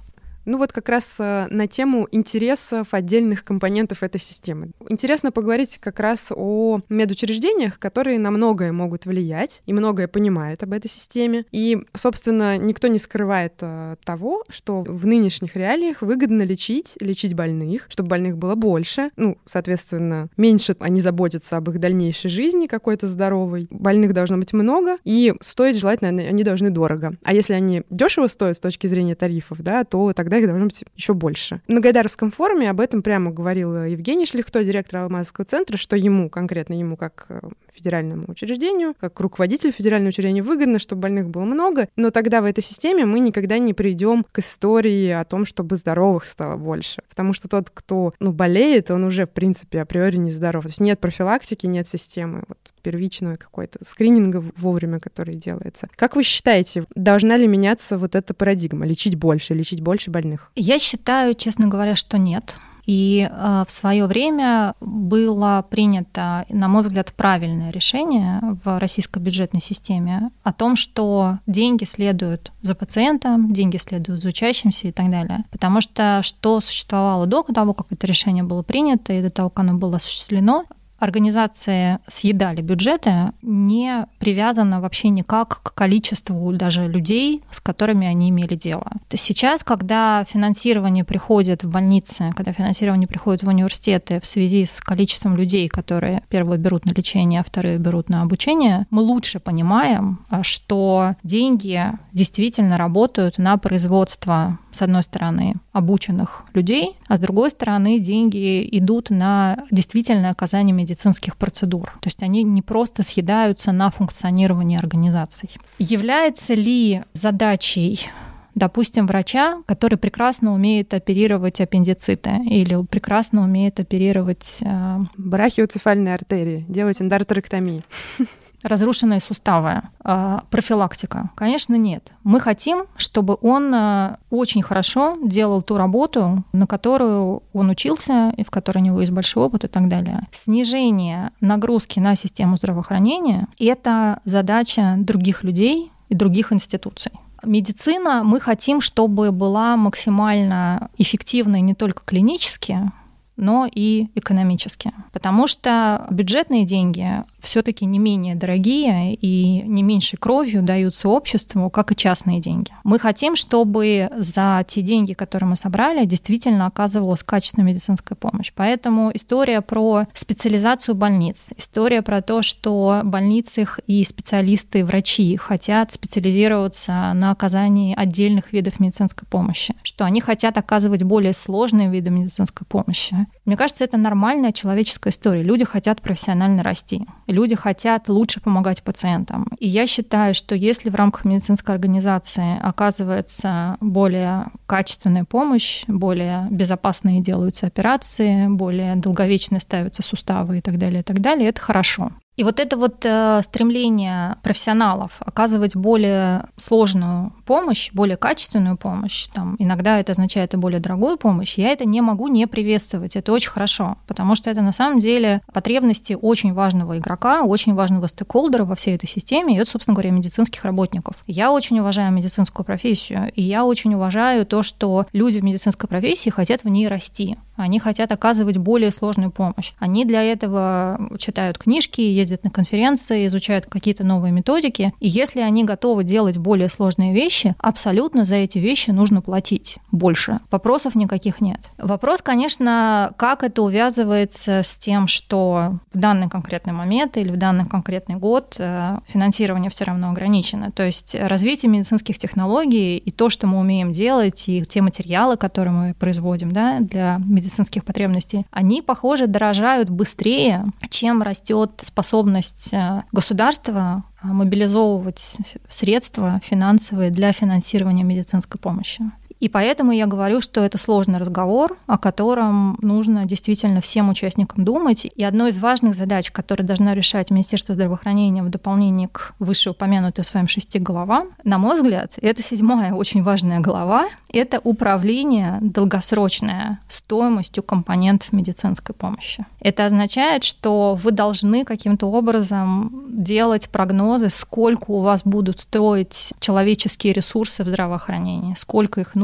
Ну вот как раз на тему интересов отдельных компонентов этой системы. Интересно поговорить как раз о медучреждениях, которые на многое могут влиять и многое понимают об этой системе. И, собственно, никто не скрывает того, что в нынешних реалиях выгодно лечить больных, чтобы больных было больше. Ну, соответственно, меньше они заботятся об их дальнейшей жизни какой-то здоровой. Больных должно быть много, и стоить желательно они должны дорого. А если они дешево стоят с точки зрения тарифов, да, то тогда их должно быть еще больше. На Гайдаровском форуме об этом прямо говорил Евгений Шлихто, директор Алмазовского центра, что конкретно ему как федеральному учреждению, как руководителю федерального учреждения выгодно, чтобы больных было много, но тогда в этой системе мы никогда не придем к истории о том, чтобы здоровых стало больше. Потому что тот, кто болеет, он уже, в принципе, априори нездоров. То есть нет профилактики, нет системы первичного какой-то скрининга вовремя, который делается. Как вы считаете, должна ли меняться вот эта парадигма? Лечить больше больных? Я считаю, честно говоря, что нет. И в свое время было принято, на мой взгляд, правильное решение в российской бюджетной системе о том, что деньги следуют за пациентом, деньги следуют за учащимся и так далее. Потому что существовало до того, как это решение было принято и до того, как оно было осуществлено, организации съедали бюджеты, не привязано вообще никак к количеству даже людей, с которыми они имели дело. То есть сейчас, когда финансирование приходит в больницы, когда финансирование приходит в университеты в связи с количеством людей, которые первые берут на лечение, а вторые берут на обучение, мы лучше понимаем, что деньги действительно работают на производство, с одной стороны, обученных людей, а с другой стороны, деньги идут на действительное оказание медицинских процедур. То есть они не просто съедаются на функционирование организаций. Является ли задачей, допустим, врача, который прекрасно умеет оперировать аппендициты или прекрасно умеет оперировать брахиоцефальные артерии, делать эндорторэктомию? Разрушенные суставы, профилактика? Конечно, нет. Мы хотим, чтобы он очень хорошо делал ту работу, на которую он учился и в которой у него есть большой опыт и так далее. Снижение нагрузки на систему здравоохранения — это задача других людей и других институций. Медицина, мы хотим, чтобы была максимально эффективной не только клинически, но и экономически. Потому что бюджетные деньги все-таки не менее дорогие и не меньшей кровью даются обществу, как и частные деньги. Мы хотим, чтобы за те деньги, которые мы собрали, действительно оказывалась качественная медицинская помощь. Поэтому история про специализацию больниц, история про то, что больницы и специалисты, врачи хотят специализироваться на оказании отдельных видов медицинской помощи, что они хотят оказывать более сложные виды медицинской помощи. Мне кажется, это нормальная человеческая история. Люди хотят профессионально расти. Люди хотят лучше помогать пациентам. И я считаю, что если в рамках медицинской организации оказывается более качественная помощь, более безопасные делаются операции, более долговечные ставятся суставы и так далее, это хорошо. И вот это стремление профессионалов оказывать более сложную помощь, более качественную помощь, иногда это означает и более дорогую помощь, я это не могу не приветствовать. Это очень хорошо, потому что это на самом деле потребности очень важного игрока, очень важного стейкхолдера во всей этой системе, и это, собственно говоря, медицинских работников. Я очень уважаю медицинскую профессию, и я очень уважаю то, что люди в медицинской профессии хотят в ней расти. Они хотят оказывать более сложную помощь. Они для этого читают книжки, ездят на конференции, изучают какие-то новые методики. И если они готовы делать более сложные вещи, абсолютно за эти вещи нужно платить больше. Вопросов никаких нет. Вопрос, конечно, как это увязывается с тем, что в данный конкретный момент или в данный конкретный год финансирование все равно ограничено. То есть развитие медицинских технологий и то, что мы умеем делать, и те материалы, которые мы производим, для медицинских потребностей, они, похоже, дорожают быстрее, чем растет способность государства мобилизовывать средства финансовые для финансирования медицинской помощи. И поэтому я говорю, что это сложный разговор, о котором нужно действительно всем участникам думать. И одной из важных задач, которые должна решать Министерство здравоохранения в дополнение к вышеупомянутым своим 6 главам, на мой взгляд, это 7-я очень важная глава, это управление долгосрочное стоимостью компонентов медицинской помощи. Это означает, что вы должны каким-то образом делать прогнозы, сколько у вас будут стоить человеческие ресурсы в здравоохранении, сколько их нужно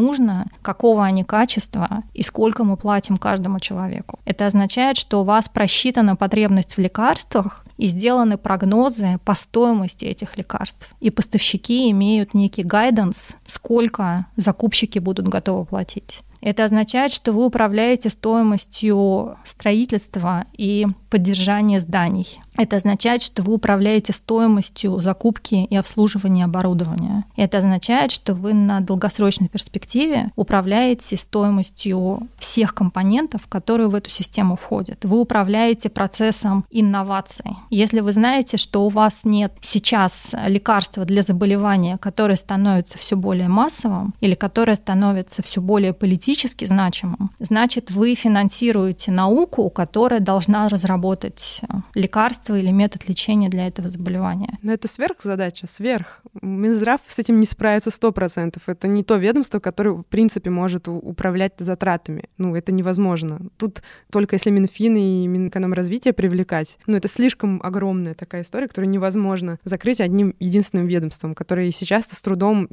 нужно, какого они качества и сколько мы платим каждому человеку. Это означает, что у вас просчитана потребность в лекарствах и сделаны прогнозы по стоимости этих лекарств. И поставщики имеют некий гайденс, сколько закупщики будут готовы платить. Это означает, что вы управляете стоимостью строительства и поддержания зданий. Это означает, что вы управляете стоимостью закупки и обслуживания оборудования. Это означает, что вы на долгосрочной перспективе управляете стоимостью всех компонентов, которые в эту систему входят. Вы управляете процессом инноваций. Если вы знаете, что у вас нет сейчас лекарства для заболевания, которое становится все более массовым или которое становится все более политическим, значимым, значит, вы финансируете науку, которая должна разработать лекарство или метод лечения для этого заболевания. Но это сверхзадача, Минздрав с этим не справится 100%. Это не то ведомство, которое, в принципе, может управлять затратами. Это невозможно. Тут только если Минфин и Минэкономразвитие привлекать. Это слишком огромная такая история, которую невозможно закрыть одним единственным ведомством, которое сейчас с трудом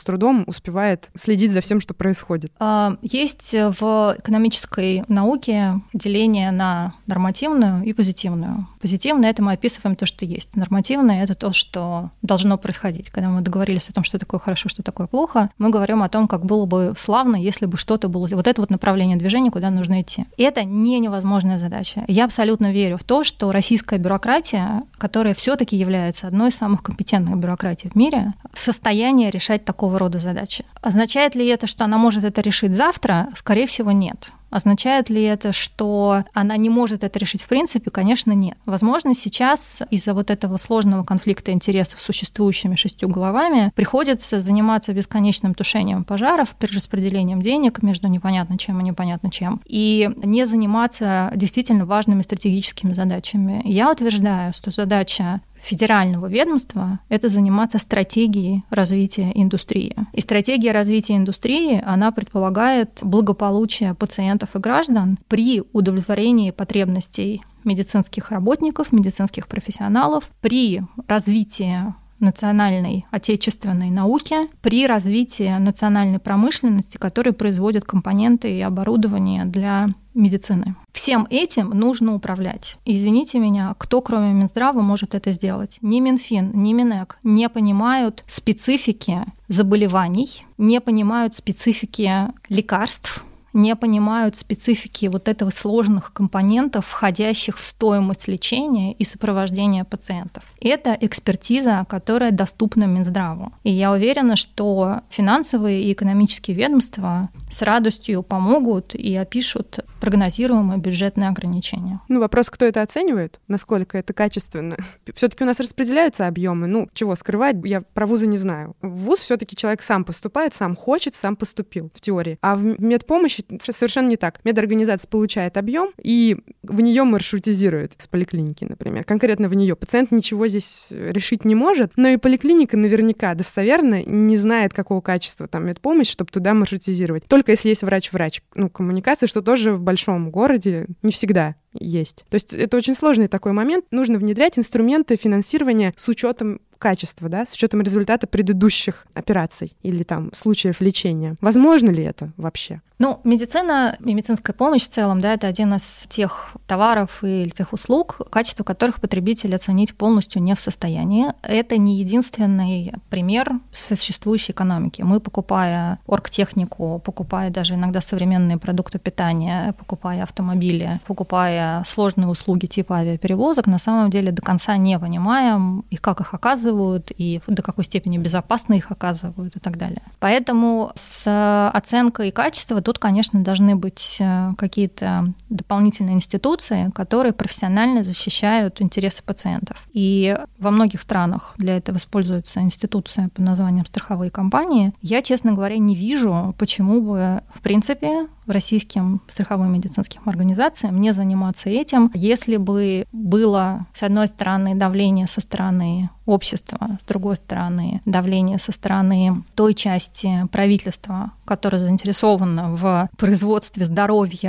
успевает следить за всем, что происходит. Есть в экономической науке деление на нормативную и позитивную. Позитивное — это мы описываем то, что есть. Нормативное — это то, что должно происходить. Когда мы договорились о том, что такое хорошо, что такое плохо, мы говорим о том, как было бы славно, если бы что-то было... Вот это направление движения, куда нужно идти. И это не невозможная задача. Я абсолютно верю в то, что российская бюрократия, которая все-таки является одной из самых компетентных бюрократий в мире, в состоянии решать такого рода задачи. Означает ли это, что она может это решить завтра? Скорее всего, нет. Означает ли это, что она не может это решить в принципе? Конечно, нет. Возможно, сейчас из-за вот этого сложного конфликта интересов с существующими 6 главами приходится заниматься бесконечным тушением пожаров, перераспределением денег между непонятно чем и непонятно чем, и не заниматься действительно важными стратегическими задачами. Я утверждаю, что задача федерального ведомства — это заниматься стратегией развития индустрии. И стратегия развития индустрии, она предполагает благополучие пациентов и граждан при удовлетворении потребностей медицинских работников, медицинских профессионалов, при развитии национальной отечественной науки, при развитии национальной промышленности, которая производит компоненты и оборудование для медицины. Всем этим нужно управлять. И, извините меня, кто, кроме Минздрава, может это сделать? Ни Минфин, ни Минэк не понимают специфики заболеваний, не понимают специфики лекарств, не понимают специфики вот этого сложных компонентов, входящих в стоимость лечения и сопровождения пациентов. Это экспертиза, которая доступна Минздраву. И я уверена, что финансовые и экономические ведомства с радостью помогут и опишут прогнозируемые бюджетные ограничения. Вопрос, кто это оценивает, насколько это качественно. Все-таки у нас распределяются объемы. Чего скрывать, я про вузы не знаю. В вуз все-таки человек сам поступает, сам хочет, сам поступил в теории. А в медпомощи совершенно не так. Медорганизация получает объем и в нее маршрутизирует с поликлиники, например. Конкретно в нее. Пациент ничего здесь решить не может, но и поликлиника наверняка достоверно не знает, какого качества там медпомощь, чтобы туда маршрутизировать. Только если есть врач-врач. Коммуникация, что тоже в большом городе не всегда есть. То есть это очень сложный такой момент. Нужно внедрять инструменты финансирования с учетом качества, с учетом результата предыдущих операций или случаев лечения. Возможно ли это вообще? Медицина и медицинская помощь в целом, это один из тех товаров или тех услуг, качество которых потребитель оценить полностью не в состоянии. Это не единственный пример существующей экономики. Мы, покупая оргтехнику, покупая даже иногда современные продукты питания, покупая автомобили, покупая сложные услуги типа авиаперевозок, на самом деле до конца не понимаем, и как их оказывают, и до какой степени безопасно их оказывают и так далее. Поэтому с оценкой качества тут, конечно, должны быть какие-то дополнительные институции, которые профессионально защищают интересы пациентов. И во многих странах для этого используется институция под названием страховые компании. Я, честно говоря, не вижу, почему бы, в принципе, российским страховым медицинским организациям не заниматься этим, если бы было, с одной стороны, давление со стороны общества, с другой стороны, давление со стороны той части правительства, которая заинтересована в производстве здоровья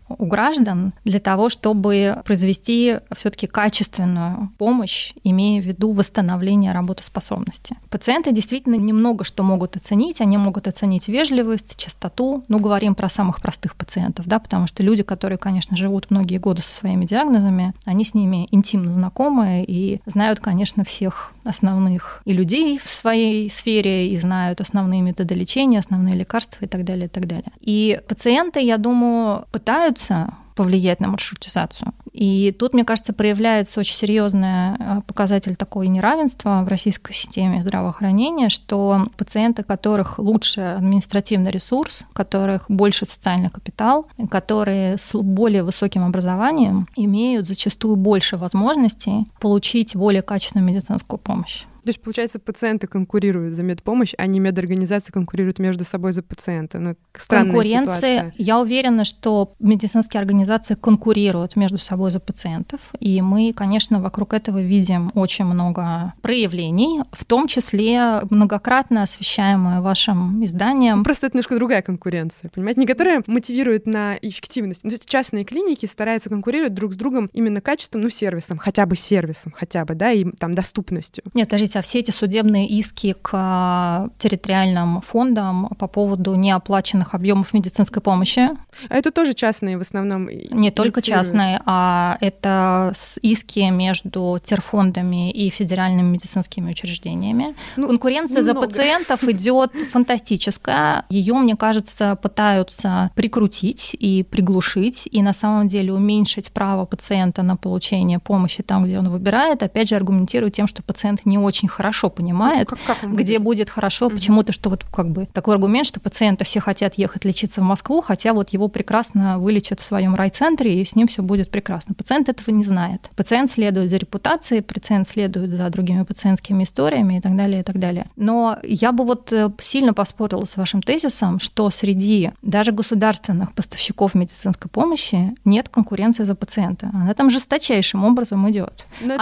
у граждан для того, чтобы произвести все-таки качественную помощь, имея в виду восстановление работоспособности. Пациенты действительно немного что могут оценить. Они могут оценить вежливость, чистоту. Говорим про самых простых пациентов, да, потому что люди, которые, конечно, живут многие годы со своими диагнозами, они с ними интимно знакомы и знают, конечно, всех основных и людей в своей сфере, и знают основные методы лечения, основные лекарства и так далее, и так далее. И пациенты, я думаю, пытаются повлиять на маршрутизацию. И тут, мне кажется, проявляется очень серьезный показатель такого неравенства в российской системе здравоохранения, что пациенты, у которых лучше административный ресурс, у которых больше социальный капитал, которые с более высоким образованием, имеют зачастую больше возможностей получить более качественную медицинскую помощь. То есть, получается, пациенты конкурируют за медпомощь, а не медорганизации конкурируют между собой за пациента. Ну, странная ситуация. Я уверена, что медицинские организации конкурируют между собой за пациентов, и мы, конечно, вокруг этого видим очень много проявлений, в том числе многократно освещаемые вашим изданием. Просто это немножко другая конкуренция, понимаете, не которая мотивирует на эффективность. То есть частные клиники стараются конкурировать друг с другом именно качеством, сервисом, да, и там доступностью. Нет, подождите, а все эти судебные иски к территориальным фондам по поводу неоплаченных объемов медицинской помощи? А это тоже частные в основном? Не только частные, а это иски между терфондами и федеральными медицинскими учреждениями. Конкуренция за пациентов идет фантастическая. Ее, мне кажется, пытаются прикрутить и приглушить, и на самом деле уменьшить право пациента на получение помощи там, где он выбирает. Опять же, аргументируя тем, что пациент не очень хорошо понимает, где будет хорошо. Почему-то, что такой аргумент, что пациенты все хотят ехать лечиться в Москву, хотя его прекрасно вылечат в своем райцентре, и с ним все будет прекрасно. Пациент этого не знает. Пациент следует за репутацией, пациент следует за другими пациентскими историями и так далее, и так далее. Но я бы сильно поспорила с вашим тезисом, что среди даже государственных поставщиков медицинской помощи нет конкуренции за пациента. Она там жесточайшим образом идет. Но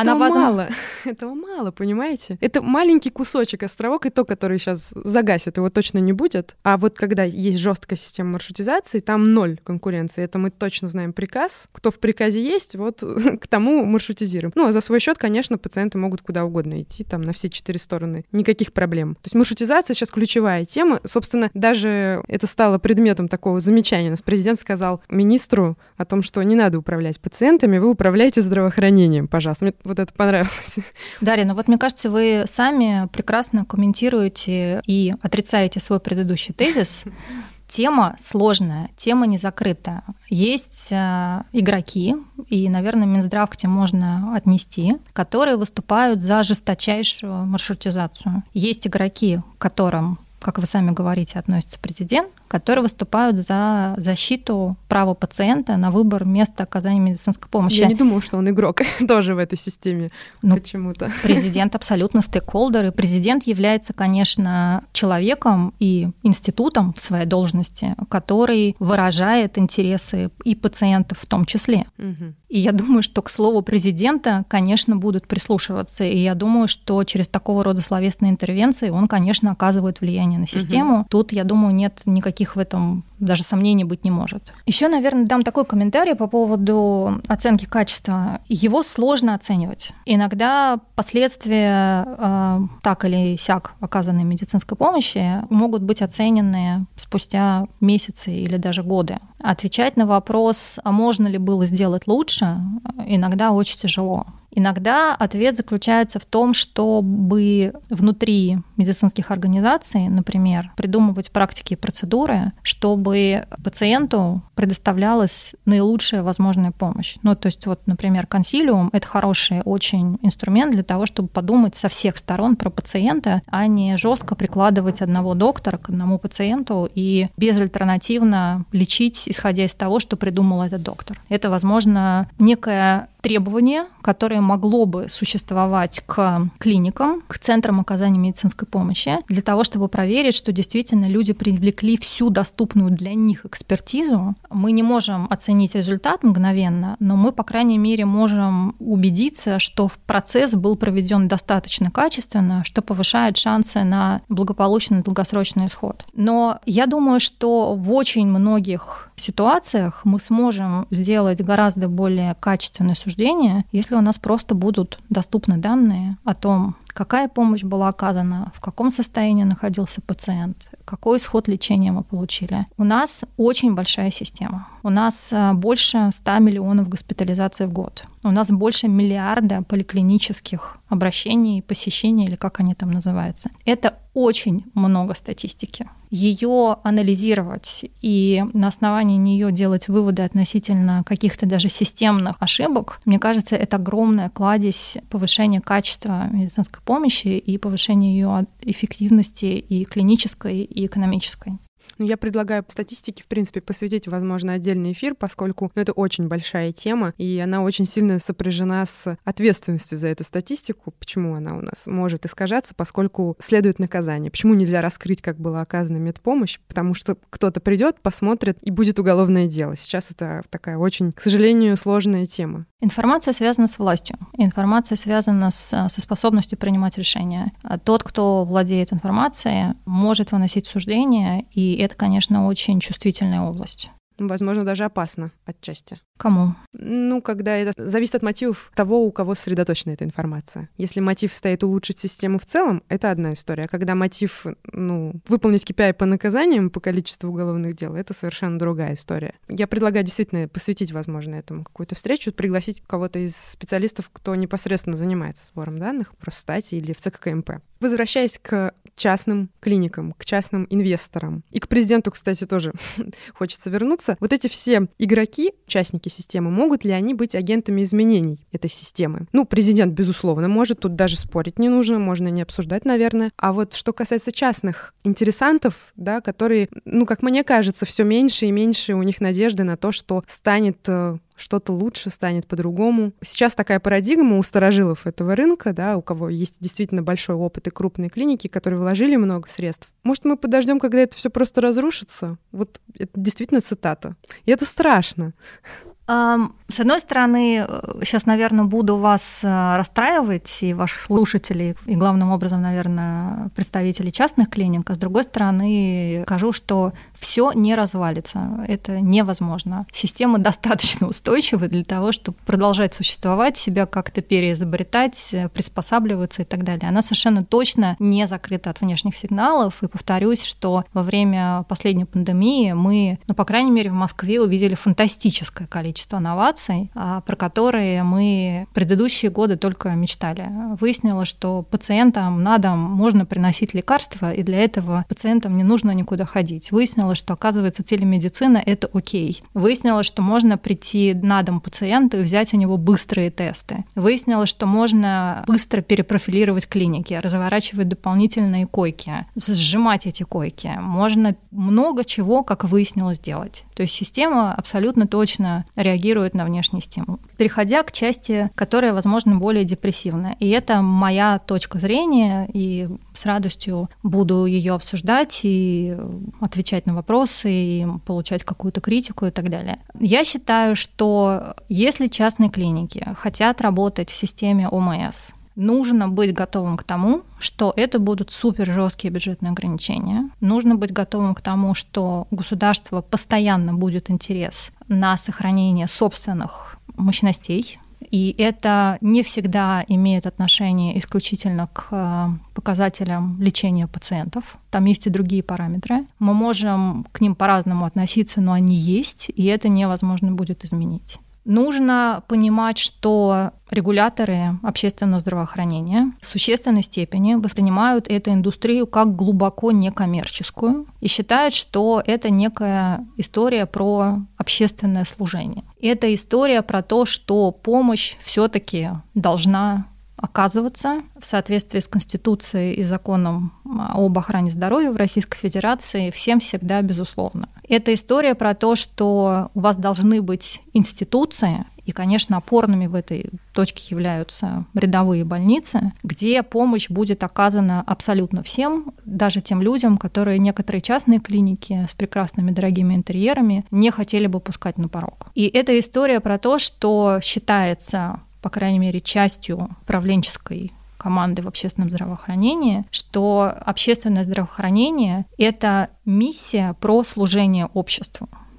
этого мало, понимаете? Это маленький кусочек, островок, и то, который сейчас загасит, его точно не будет. А когда есть жесткая система маршрутизации, там 0 конкуренции. Это мы точно знаем приказ. Кто в приказе есть, к тому маршрутизируем. А за свой счет, конечно, пациенты могут куда угодно идти, там на все 4 стороны. Никаких проблем. То есть маршрутизация сейчас ключевая тема. Собственно, даже это стало предметом такого замечания. У нас президент сказал министру о том, что не надо управлять пациентами, вы управляете здравоохранением, пожалуйста. Мне это понравилось. Дарья, мне кажется, вы сами прекрасно комментируете и отрицаете свой предыдущий тезис. Тема сложная, тема не закрытая. Есть игроки, и, наверное, Минздрав к тем можно отнести, которые выступают за жесточайшую маршрутизацию. Есть игроки, к которым, как вы сами говорите, относится президент, которые выступают за защиту права пациента на выбор места оказания медицинской помощи. Я не думаю, что он игрок тоже в этой системе почему-то. Президент абсолютно стейкхолдер, и президент является, конечно, человеком и институтом в своей должности, который выражает интересы и пациентов в том числе. Угу. И я думаю, что к слову президента, конечно, будут прислушиваться. И я думаю, что через такого рода словесные интервенции он, конечно, оказывает влияние на систему. Угу. Тут, я думаю, нет никаких в этом даже сомнений быть не может. Еще, наверное, дам такой комментарий по поводу оценки качества. Его сложно оценивать. Иногда последствия так или сяк оказанной медицинской помощи могут быть оценены спустя месяцы или даже годы. Отвечать на вопрос, а можно ли было сделать лучше, иногда очень тяжело. Иногда ответ заключается в том, чтобы внутри медицинских организаций, например, придумывать практики и процедуры, чтобы пациенту предоставлялась наилучшая возможная помощь. То есть, например, консилиум — это хороший очень инструмент для того, чтобы подумать со всех сторон про пациента, а не жестко прикладывать одного доктора к одному пациенту и безальтернативно лечить, исходя из того, что придумал этот доктор. Это, возможно, некое требование, которое могло бы существовать к клиникам, к центрам оказания медицинской помощи, для того, чтобы проверить, что действительно люди привлекли всю доступную для них экспертизу. Мы не можем оценить результат мгновенно, но мы, по крайней мере, можем убедиться, что процесс был проведен достаточно качественно, что повышает шансы на благополучный долгосрочный исход. Но я думаю, что в очень многих ситуациях мы сможем сделать гораздо более качественное суждение, если у нас просто будут доступны данные о том, какая помощь была оказана, в каком состоянии находился пациент, какой исход лечения мы получили. У нас очень большая система. У нас больше 100 миллионов госпитализаций в год. У нас больше миллиарда поликлинических обращений, посещений, или как они там называются. Это очень много статистики. Ее анализировать и на основании нее делать выводы относительно каких-то даже системных ошибок, мне кажется, это огромная кладезь повышения качества медицинской помощи и повышения ее эффективности и клинической, и экономической. Я предлагаю статистике, в принципе, посвятить, возможно, отдельный эфир, поскольку это очень большая тема, и она очень сильно сопряжена с ответственностью за эту статистику. Почему она у нас может искажаться, поскольку следует наказание. Почему нельзя раскрыть, как была оказана медпомощь? Потому что кто-то придет, посмотрит, и будет уголовное дело. Сейчас это такая очень, к сожалению, сложная тема. Информация связана с властью. Информация связана со способностью принимать решения. Тот, кто владеет информацией, может выносить суждения, и это, конечно, очень чувствительная область. Возможно, даже опасно отчасти. Кому? Когда это зависит от мотивов того, у кого сосредоточена эта информация. Если мотив стоит улучшить систему в целом, это одна история. А когда мотив, выполнить KPI по наказаниям, по количеству уголовных дел, это совершенно другая история. Я предлагаю действительно посвятить, возможно, этому какую-то встречу, пригласить кого-то из специалистов, кто непосредственно занимается сбором данных в Росстате или в ЦККМП. Возвращаясь к частным клиникам, к частным инвесторам. И к президенту, кстати, тоже хочется вернуться. Вот эти все игроки, участники системы, могут ли они быть агентами изменений этой системы? Президент, безусловно, может, тут даже спорить не нужно, можно не обсуждать, наверное. А вот что касается частных интересантов, да, которые, как мне кажется, все меньше и меньше у них надежды на то, что станет что-то лучше, станет по-другому. Сейчас такая парадигма у старожилов этого рынка, да, у кого есть действительно большой опыт и крупные клиники, которые вложили много средств. Может, мы подождем, когда это все просто разрушится? Вот это действительно цитата. И это страшно. С одной стороны, сейчас, наверное, буду вас расстраивать и ваших слушателей, и главным образом, наверное, представителей частных клиник, а с другой стороны, скажу, что все не развалится. Это невозможно. Система достаточно устойчива для того, чтобы продолжать существовать, себя как-то переизобретать, приспосабливаться и так далее. Она совершенно точно не закрыта от внешних сигналов. И повторюсь, что во время последней пандемии мы, по крайней мере, в Москве увидели фантастическое количество инноваций, про которые мы предыдущие годы только мечтали. Выяснилось, что пациентам на дом можно приносить лекарства, и для этого пациентам не нужно никуда ходить. Выяснилось, что, оказывается, телемедицина — это окей. Выяснилось, что можно прийти на дом пациента и взять у него быстрые тесты. Выяснилось, что можно быстро перепрофилировать клиники, разворачивать дополнительные койки, сжимать эти койки. Можно много чего, как выяснилось, делать. То есть система абсолютно точно реагирует на внешний стимул. Переходя к части, которая, возможно, более депрессивная. И это моя точка зрения, и с радостью буду ее обсуждать и отвечать на вопросы, и получать какую-то критику и так далее. Я считаю, что если частные клиники хотят работать в системе ОМС, нужно быть готовым к тому, что это будут супер жесткие бюджетные ограничения. Нужно быть готовым к тому, что государство постоянно будет интерес на сохранение собственных мощностей. И это не всегда имеет отношение исключительно к показателям лечения пациентов. Там есть и другие параметры. Мы можем к ним по-разному относиться, но они есть, и это невозможно будет изменить. Нужно понимать, что регуляторы общественного здравоохранения в существенной степени воспринимают эту индустрию как глубоко некоммерческую и считают, что это некая история про общественное служение. Это история про то, что помощь все-таки должна оказываться в соответствии с Конституцией и законом об охране здоровья в Российской Федерации всем всегда, безусловно. Это история про то, что у вас должны быть институции, и, конечно, опорными в этой точке являются рядовые больницы, где помощь будет оказана абсолютно всем, даже тем людям, которые некоторые частные клиники с прекрасными дорогими интерьерами не хотели бы пускать на порог. И это история про то, что считается, по крайней мере, частью управленческой команды в общественном здравоохранении, что общественное здравоохранение — это миссия про служение обществу.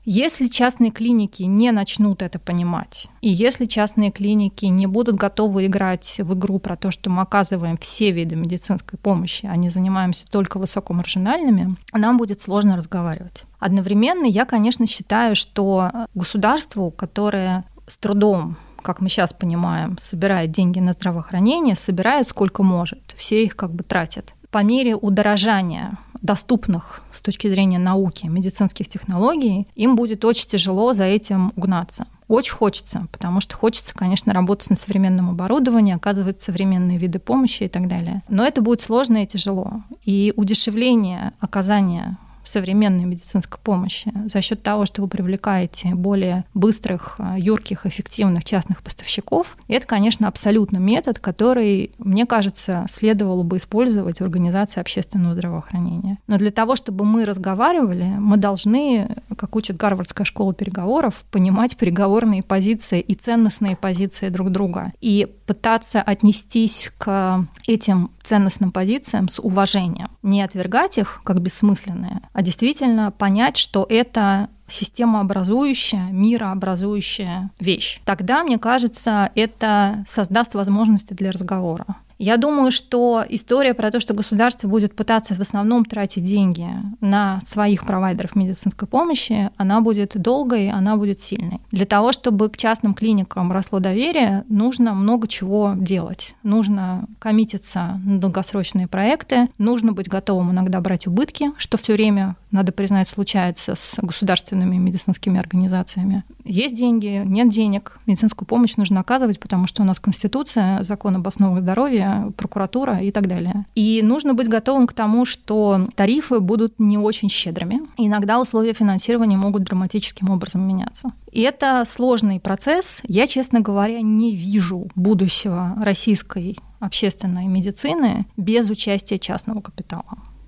Если частные клиники не начнут это понимать, и если частные клиники не будут готовы играть в игру про то, что мы оказываем все виды медицинской помощи, а не занимаемся только высокомаржинальными, нам будет сложно разговаривать. Одновременно я, конечно, считаю, что государству, которое с трудом, как мы сейчас понимаем, собирает деньги на здравоохранение, собирает сколько может, все их как бы тратят. По мере удорожания доступных с точки зрения науки медицинских технологий, им будет очень тяжело за этим угнаться. Очень хочется, потому что хочется, конечно, работать на современном оборудовании, оказывать современные виды помощи и так далее. Но это будет сложно и тяжело. И удешевление оказания современной медицинской помощи за счет того, что вы привлекаете более быстрых, юрких, эффективных частных поставщиков, это, конечно, абсолютно метод, который, мне кажется, следовало бы использовать в организации общественного здравоохранения. Но для того, чтобы мы разговаривали, мы должны, как учит Гарвардская школа переговоров, понимать переговорные позиции и ценностные позиции друг друга и пытаться отнестись к этим ценностным позициям с уважением. Не отвергать их как бессмысленные, а действительно понять, что это системообразующая, мирообразующая вещь. Тогда, мне кажется, это создаст возможности для разговора. Я думаю, что история про то, что государство будет пытаться в основном тратить деньги на своих провайдеров медицинской помощи, она будет долгой, она будет сильной. Для того, чтобы к частным клиникам росло доверие, нужно много чего делать. Нужно коммититься на долгосрочные проекты, нужно быть готовым иногда брать убытки, что все время, надо признать, случается с государственными медицинскими организациями. Есть деньги, нет денег, медицинскую помощь нужно оказывать, потому что у нас Конституция, закон об основах здоровья, прокуратура и так далее. И нужно быть готовым к тому, что тарифы будут не очень щедрыми. Иногда условия финансирования могут драматическим образом меняться. И это сложный процесс. Я, честно говоря, не вижу будущего российской общественной медицины без участия частного капитала.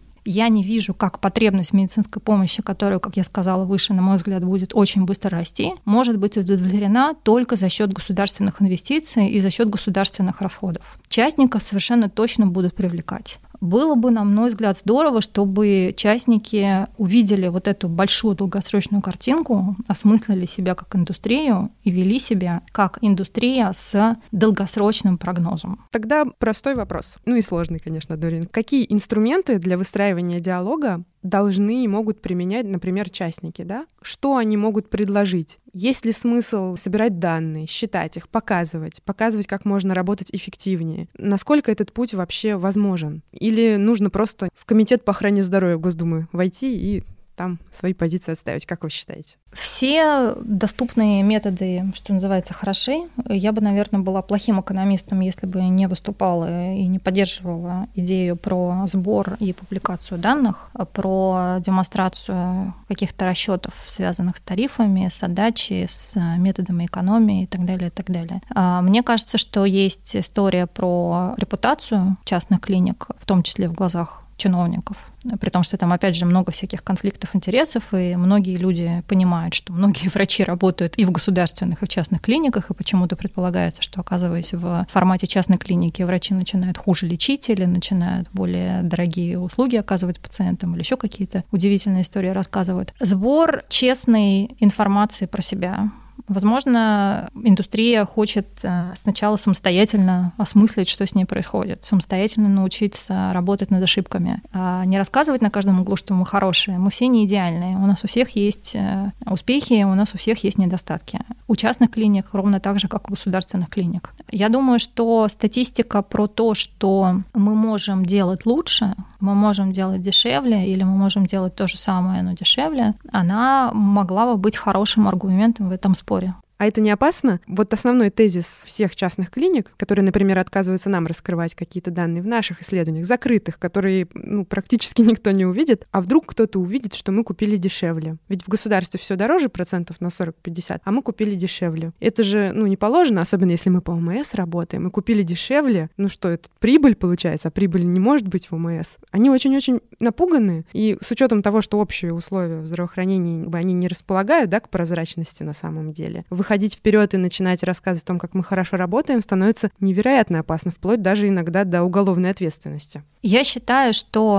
Я не вижу, как потребность в медицинской помощи, которая, как я сказала выше, на мой взгляд, будет очень быстро расти, может быть удовлетворена только за счет государственных инвестиций и за счет государственных расходов. Частников совершенно точно будут привлекать. Было бы, на мой взгляд, здорово, чтобы частники увидели вот эту большую долгосрочную картинку, осмыслили себя как индустрию и вели себя как индустрия с долгосрочным прогнозом. Тогда простой вопрос, и сложный, конечно, одновременно. Какие инструменты для выстраивания диалога должны и могут применять, например, частники, да? Что они могут предложить? Есть ли смысл собирать данные, считать их, показывать, как можно работать эффективнее? Насколько этот путь вообще возможен? Или нужно просто в Комитет по охране здоровья Госдумы войти и там свои позиции отставить? Как вы считаете? Все доступные методы, что называется, хороши. Я бы, наверное, была плохим экономистом, если бы не выступала и не поддерживала идею про сбор и публикацию данных, про демонстрацию каких-то расчетов, связанных с тарифами, с отдачей, с методами экономии и так далее, и так далее. Мне кажется, что есть история про репутацию частных клиник, в том числе в глазах чиновников, при том, что там, опять же, много всяких конфликтов интересов, и многие люди понимают, что многие врачи работают и в государственных, и в частных клиниках, и почему-то предполагается, что, оказываясь в формате частной клиники, врачи начинают хуже лечить или начинают более дорогие услуги оказывать пациентам или еще какие-то удивительные истории рассказывают. Сбор честной информации про себя. Возможно, индустрия хочет сначала самостоятельно осмыслить, что с ней происходит, самостоятельно научиться работать над ошибками, не рассказывать на каждом углу, что мы хорошие. Мы все не идеальные. У нас у всех есть успехи, у нас у всех есть недостатки. У частных клиник ровно так же, как у государственных клиник. Я думаю, что статистика про то, что мы можем делать лучше, мы можем делать дешевле или мы можем делать то же самое, но дешевле, она могла бы быть хорошим аргументом в этом споре. А это не опасно? Вот основной тезис всех частных клиник, которые, например, отказываются нам раскрывать какие-то данные в наших исследованиях, закрытых, которые практически никто не увидит, а вдруг кто-то увидит, что мы купили дешевле. Ведь в государстве все дороже процентов на 40-50, а мы купили дешевле. Это же не положено, особенно если мы по ОМС работаем. Мы купили дешевле. Что это? Прибыль получается, а прибыль не может быть в ОМС. Они очень-очень напуганы. И с учетом того, что общие условия в здравоохранении, они не располагают, к прозрачности на самом деле, выходить вперед и начинать рассказывать о том, как мы хорошо работаем, становится невероятно опасно, вплоть даже иногда до уголовной ответственности. Я считаю, что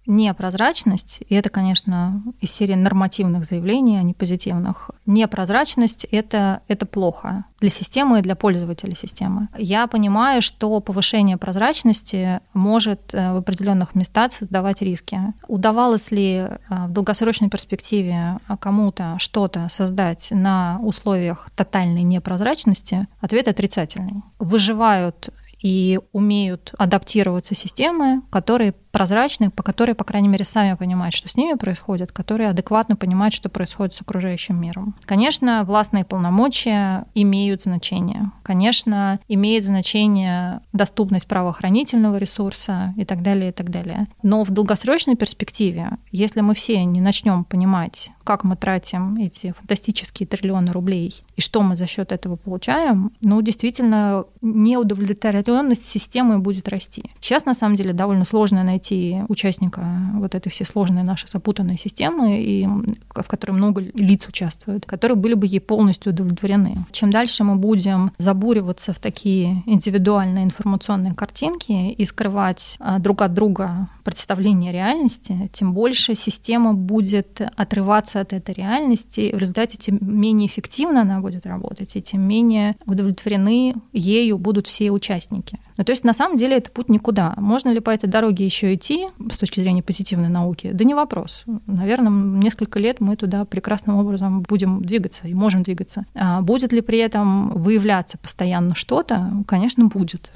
Непрозрачность, и это, конечно, из серии нормативных заявлений, а не позитивных. Непрозрачность — это плохо для системы и для пользователя системы. Я понимаю, что повышение прозрачности может в определенных местах создавать риски. Удавалось ли в долгосрочной перспективе кому-то что-то создать на условиях тотальной непрозрачности? Ответ отрицательный. Выживают и умеют адаптироваться системы, которые прозрачны, которые, по крайней мере, сами понимают, что с ними происходит, которые адекватно понимают, что происходит с окружающим миром. Конечно, властные полномочия имеют значение. Конечно, имеет значение доступность правоохранительного ресурса и так далее, и так далее. Но в долгосрочной перспективе, если мы все не начнем понимать, как мы тратим эти фантастические триллионы рублей и что мы за счет этого получаем, действительно, неудовлетворенность системы будет расти. Сейчас, на самом деле, довольно сложно найти участника вот этой всей сложной нашей запутанной системы, и в которой много лиц участвуют, которые были бы ей полностью удовлетворены. Чем дальше мы будем забуриваться в такие индивидуальные информационные картинки и скрывать друг от друга представление реальности, тем больше система будет отрываться от этой реальности, и в результате тем менее эффективно она будет работать, и тем менее удовлетворены ею будут все участники. То есть на самом деле это путь никуда. Можно ли по этой дороге еще идти с точки зрения позитивной науки? Да не вопрос. Наверное, несколько лет мы туда прекрасным образом будем двигаться и можем двигаться. А будет ли при этом выявляться постоянно что-то? Конечно, будет.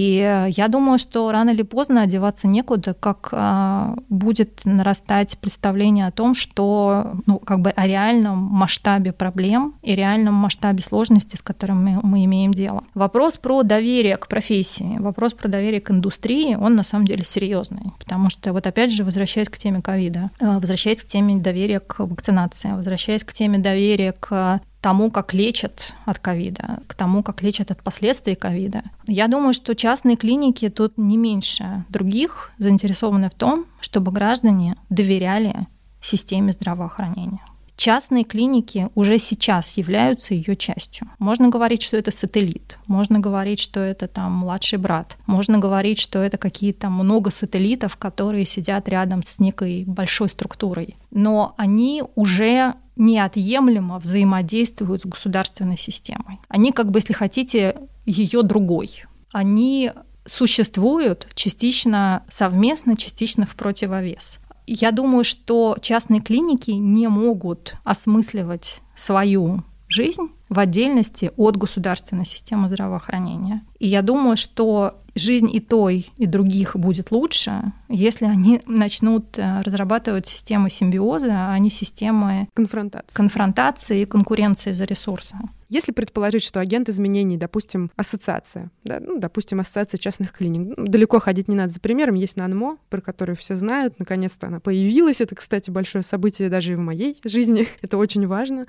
И я думаю, что рано или поздно одеваться некуда, как будет нарастать представление о том, что о реальном масштабе проблем и реальном масштабе сложности, с которыми мы имеем дело. Вопрос про доверие к профессии, вопрос про доверие к индустрии, он на самом деле серьезный, потому что опять же, возвращаясь к теме ковида, возвращаясь к теме доверия к вакцинации, возвращаясь к теме доверия к тому, как лечат от ковида, к тому, как лечат от последствий ковида. Я думаю, что частные клиники тут не меньше других заинтересованы в том, чтобы граждане доверяли системе здравоохранения. Частные клиники уже сейчас являются ее частью. Можно говорить, что это сателлит, можно говорить, что это младший брат, можно говорить, что это какие-то много сателлитов, которые сидят рядом с некой большой структурой. Но они уже неотъемлемо взаимодействуют с государственной системой. Они, если хотите, ее другой. Они существуют частично совместно, частично в противовес. Я думаю, что частные клиники не могут осмысливать свою жизнь в отдельности от государственной системы здравоохранения. И я думаю, что жизнь и той, и других будет лучше, если они начнут разрабатывать системы симбиоза, а не системы конфронтации и конкуренции за ресурсы. Если предположить, что агент изменений, допустим, ассоциация, допустим, ассоциация частных клиник, далеко ходить не надо за примером, есть НАНМО, про которую все знают, наконец-то она появилась, это, кстати, большое событие даже и в моей жизни, это очень важно.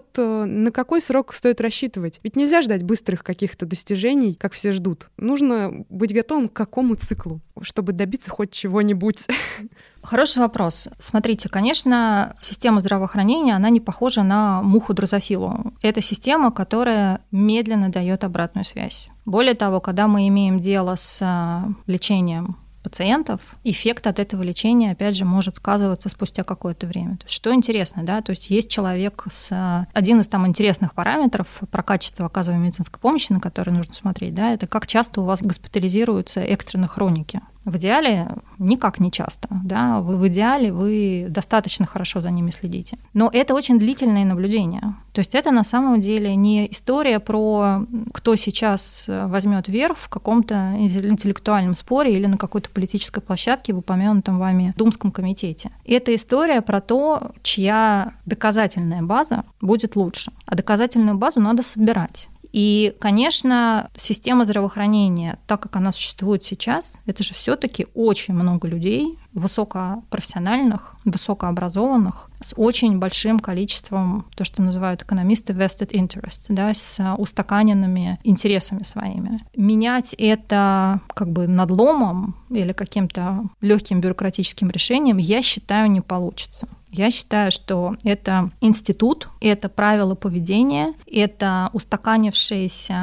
На какой срок стоит рассчитывать? Ведь нельзя ждать быстрых каких-то достижений, как все ждут. Нужно быть готовым к какому циклу, чтобы добиться хоть чего-нибудь. Хороший вопрос. Смотрите, конечно, система здравоохранения, она не похожа на муху-дрозофилу. Это система, которая медленно дает обратную связь. Более того, когда мы имеем дело с лечением пациентов, эффект от этого лечения, опять же, может сказываться спустя какое-то время. То есть, что интересно, то есть есть человек с... Один из интересных параметров про качество оказываемой медицинской помощи, на который нужно смотреть, это как часто у вас госпитализируются экстренно хроники. В идеале никак не часто. В идеале вы достаточно хорошо за ними следите. Но это очень длительное наблюдение. То есть это на самом деле не история про кто сейчас возьмет верх в каком-то интеллектуальном споре или на какой-то политической площадке в упомянутом вами Думском комитете. Это история про то, чья доказательная база будет лучше. А доказательную базу надо собирать. И, конечно, система здравоохранения, так как она существует сейчас, это же все-таки очень много людей, высокопрофессиональных, высокообразованных, с очень большим количеством, то, что называют экономисты vested interest, с устаканенными интересами своими. Менять это надломом или каким-то легким бюрократическим решением, я считаю, не получится. Я считаю, что это институт, это правила поведения, это устаканившиеся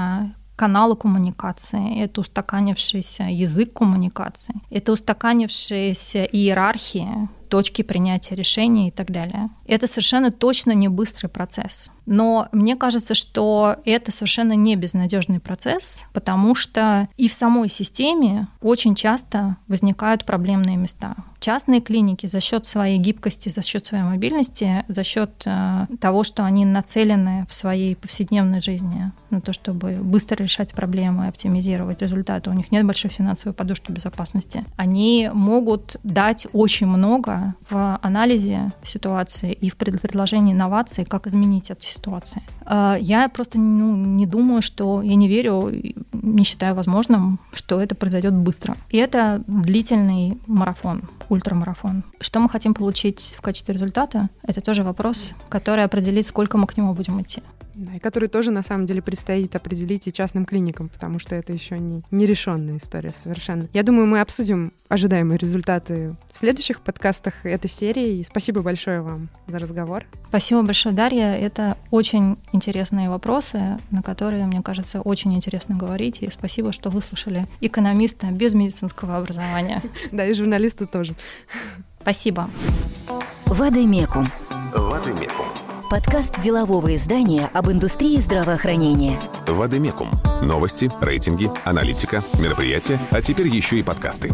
каналы коммуникации, это устаканившийся язык коммуникации, это устаканившиеся иерархии, точки принятия решений и так далее. Это совершенно точно не быстрый процесс. Но мне кажется, что это совершенно не безнадежный процесс, потому что и в самой системе очень часто возникают проблемные места. Частные клиники за счет своей гибкости, за счет своей мобильности, за счет того, что они нацелены в своей повседневной жизни на то, чтобы быстро решать проблемы, оптимизировать результаты, у них нет большой финансовой подушки безопасности, они могут дать очень много в анализе ситуации и в предложении инноваций, как изменить эту ситуацию. Я просто не думаю, что я не верю, не считаю возможным, что это произойдет быстро. И это длительный марафон, ультрамарафон. Что мы хотим получить в качестве результата, это тоже вопрос, который определит, сколько мы к нему будем идти. Да, и который тоже, на самом деле, предстоит определить и частным клиникам, потому что это еще не нерешенная история совершенно. Я думаю, мы обсудим ожидаемые результаты в следующих подкастах этой серии. И спасибо большое вам за разговор. Спасибо большое, Дарья. Это очень интересные вопросы, на которые, мне кажется, очень интересно говорить. И спасибо, что выслушали экономиста без медицинского образования. Да, и журналиста тоже. Спасибо. Вадимекум. Подкаст делового издания об индустрии здравоохранения. Вадимекум. Новости, рейтинги, аналитика, мероприятия, а теперь еще и подкасты.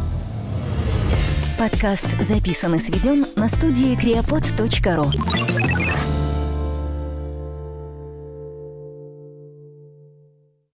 Подкаст записан и сведен на студии creapod.ru.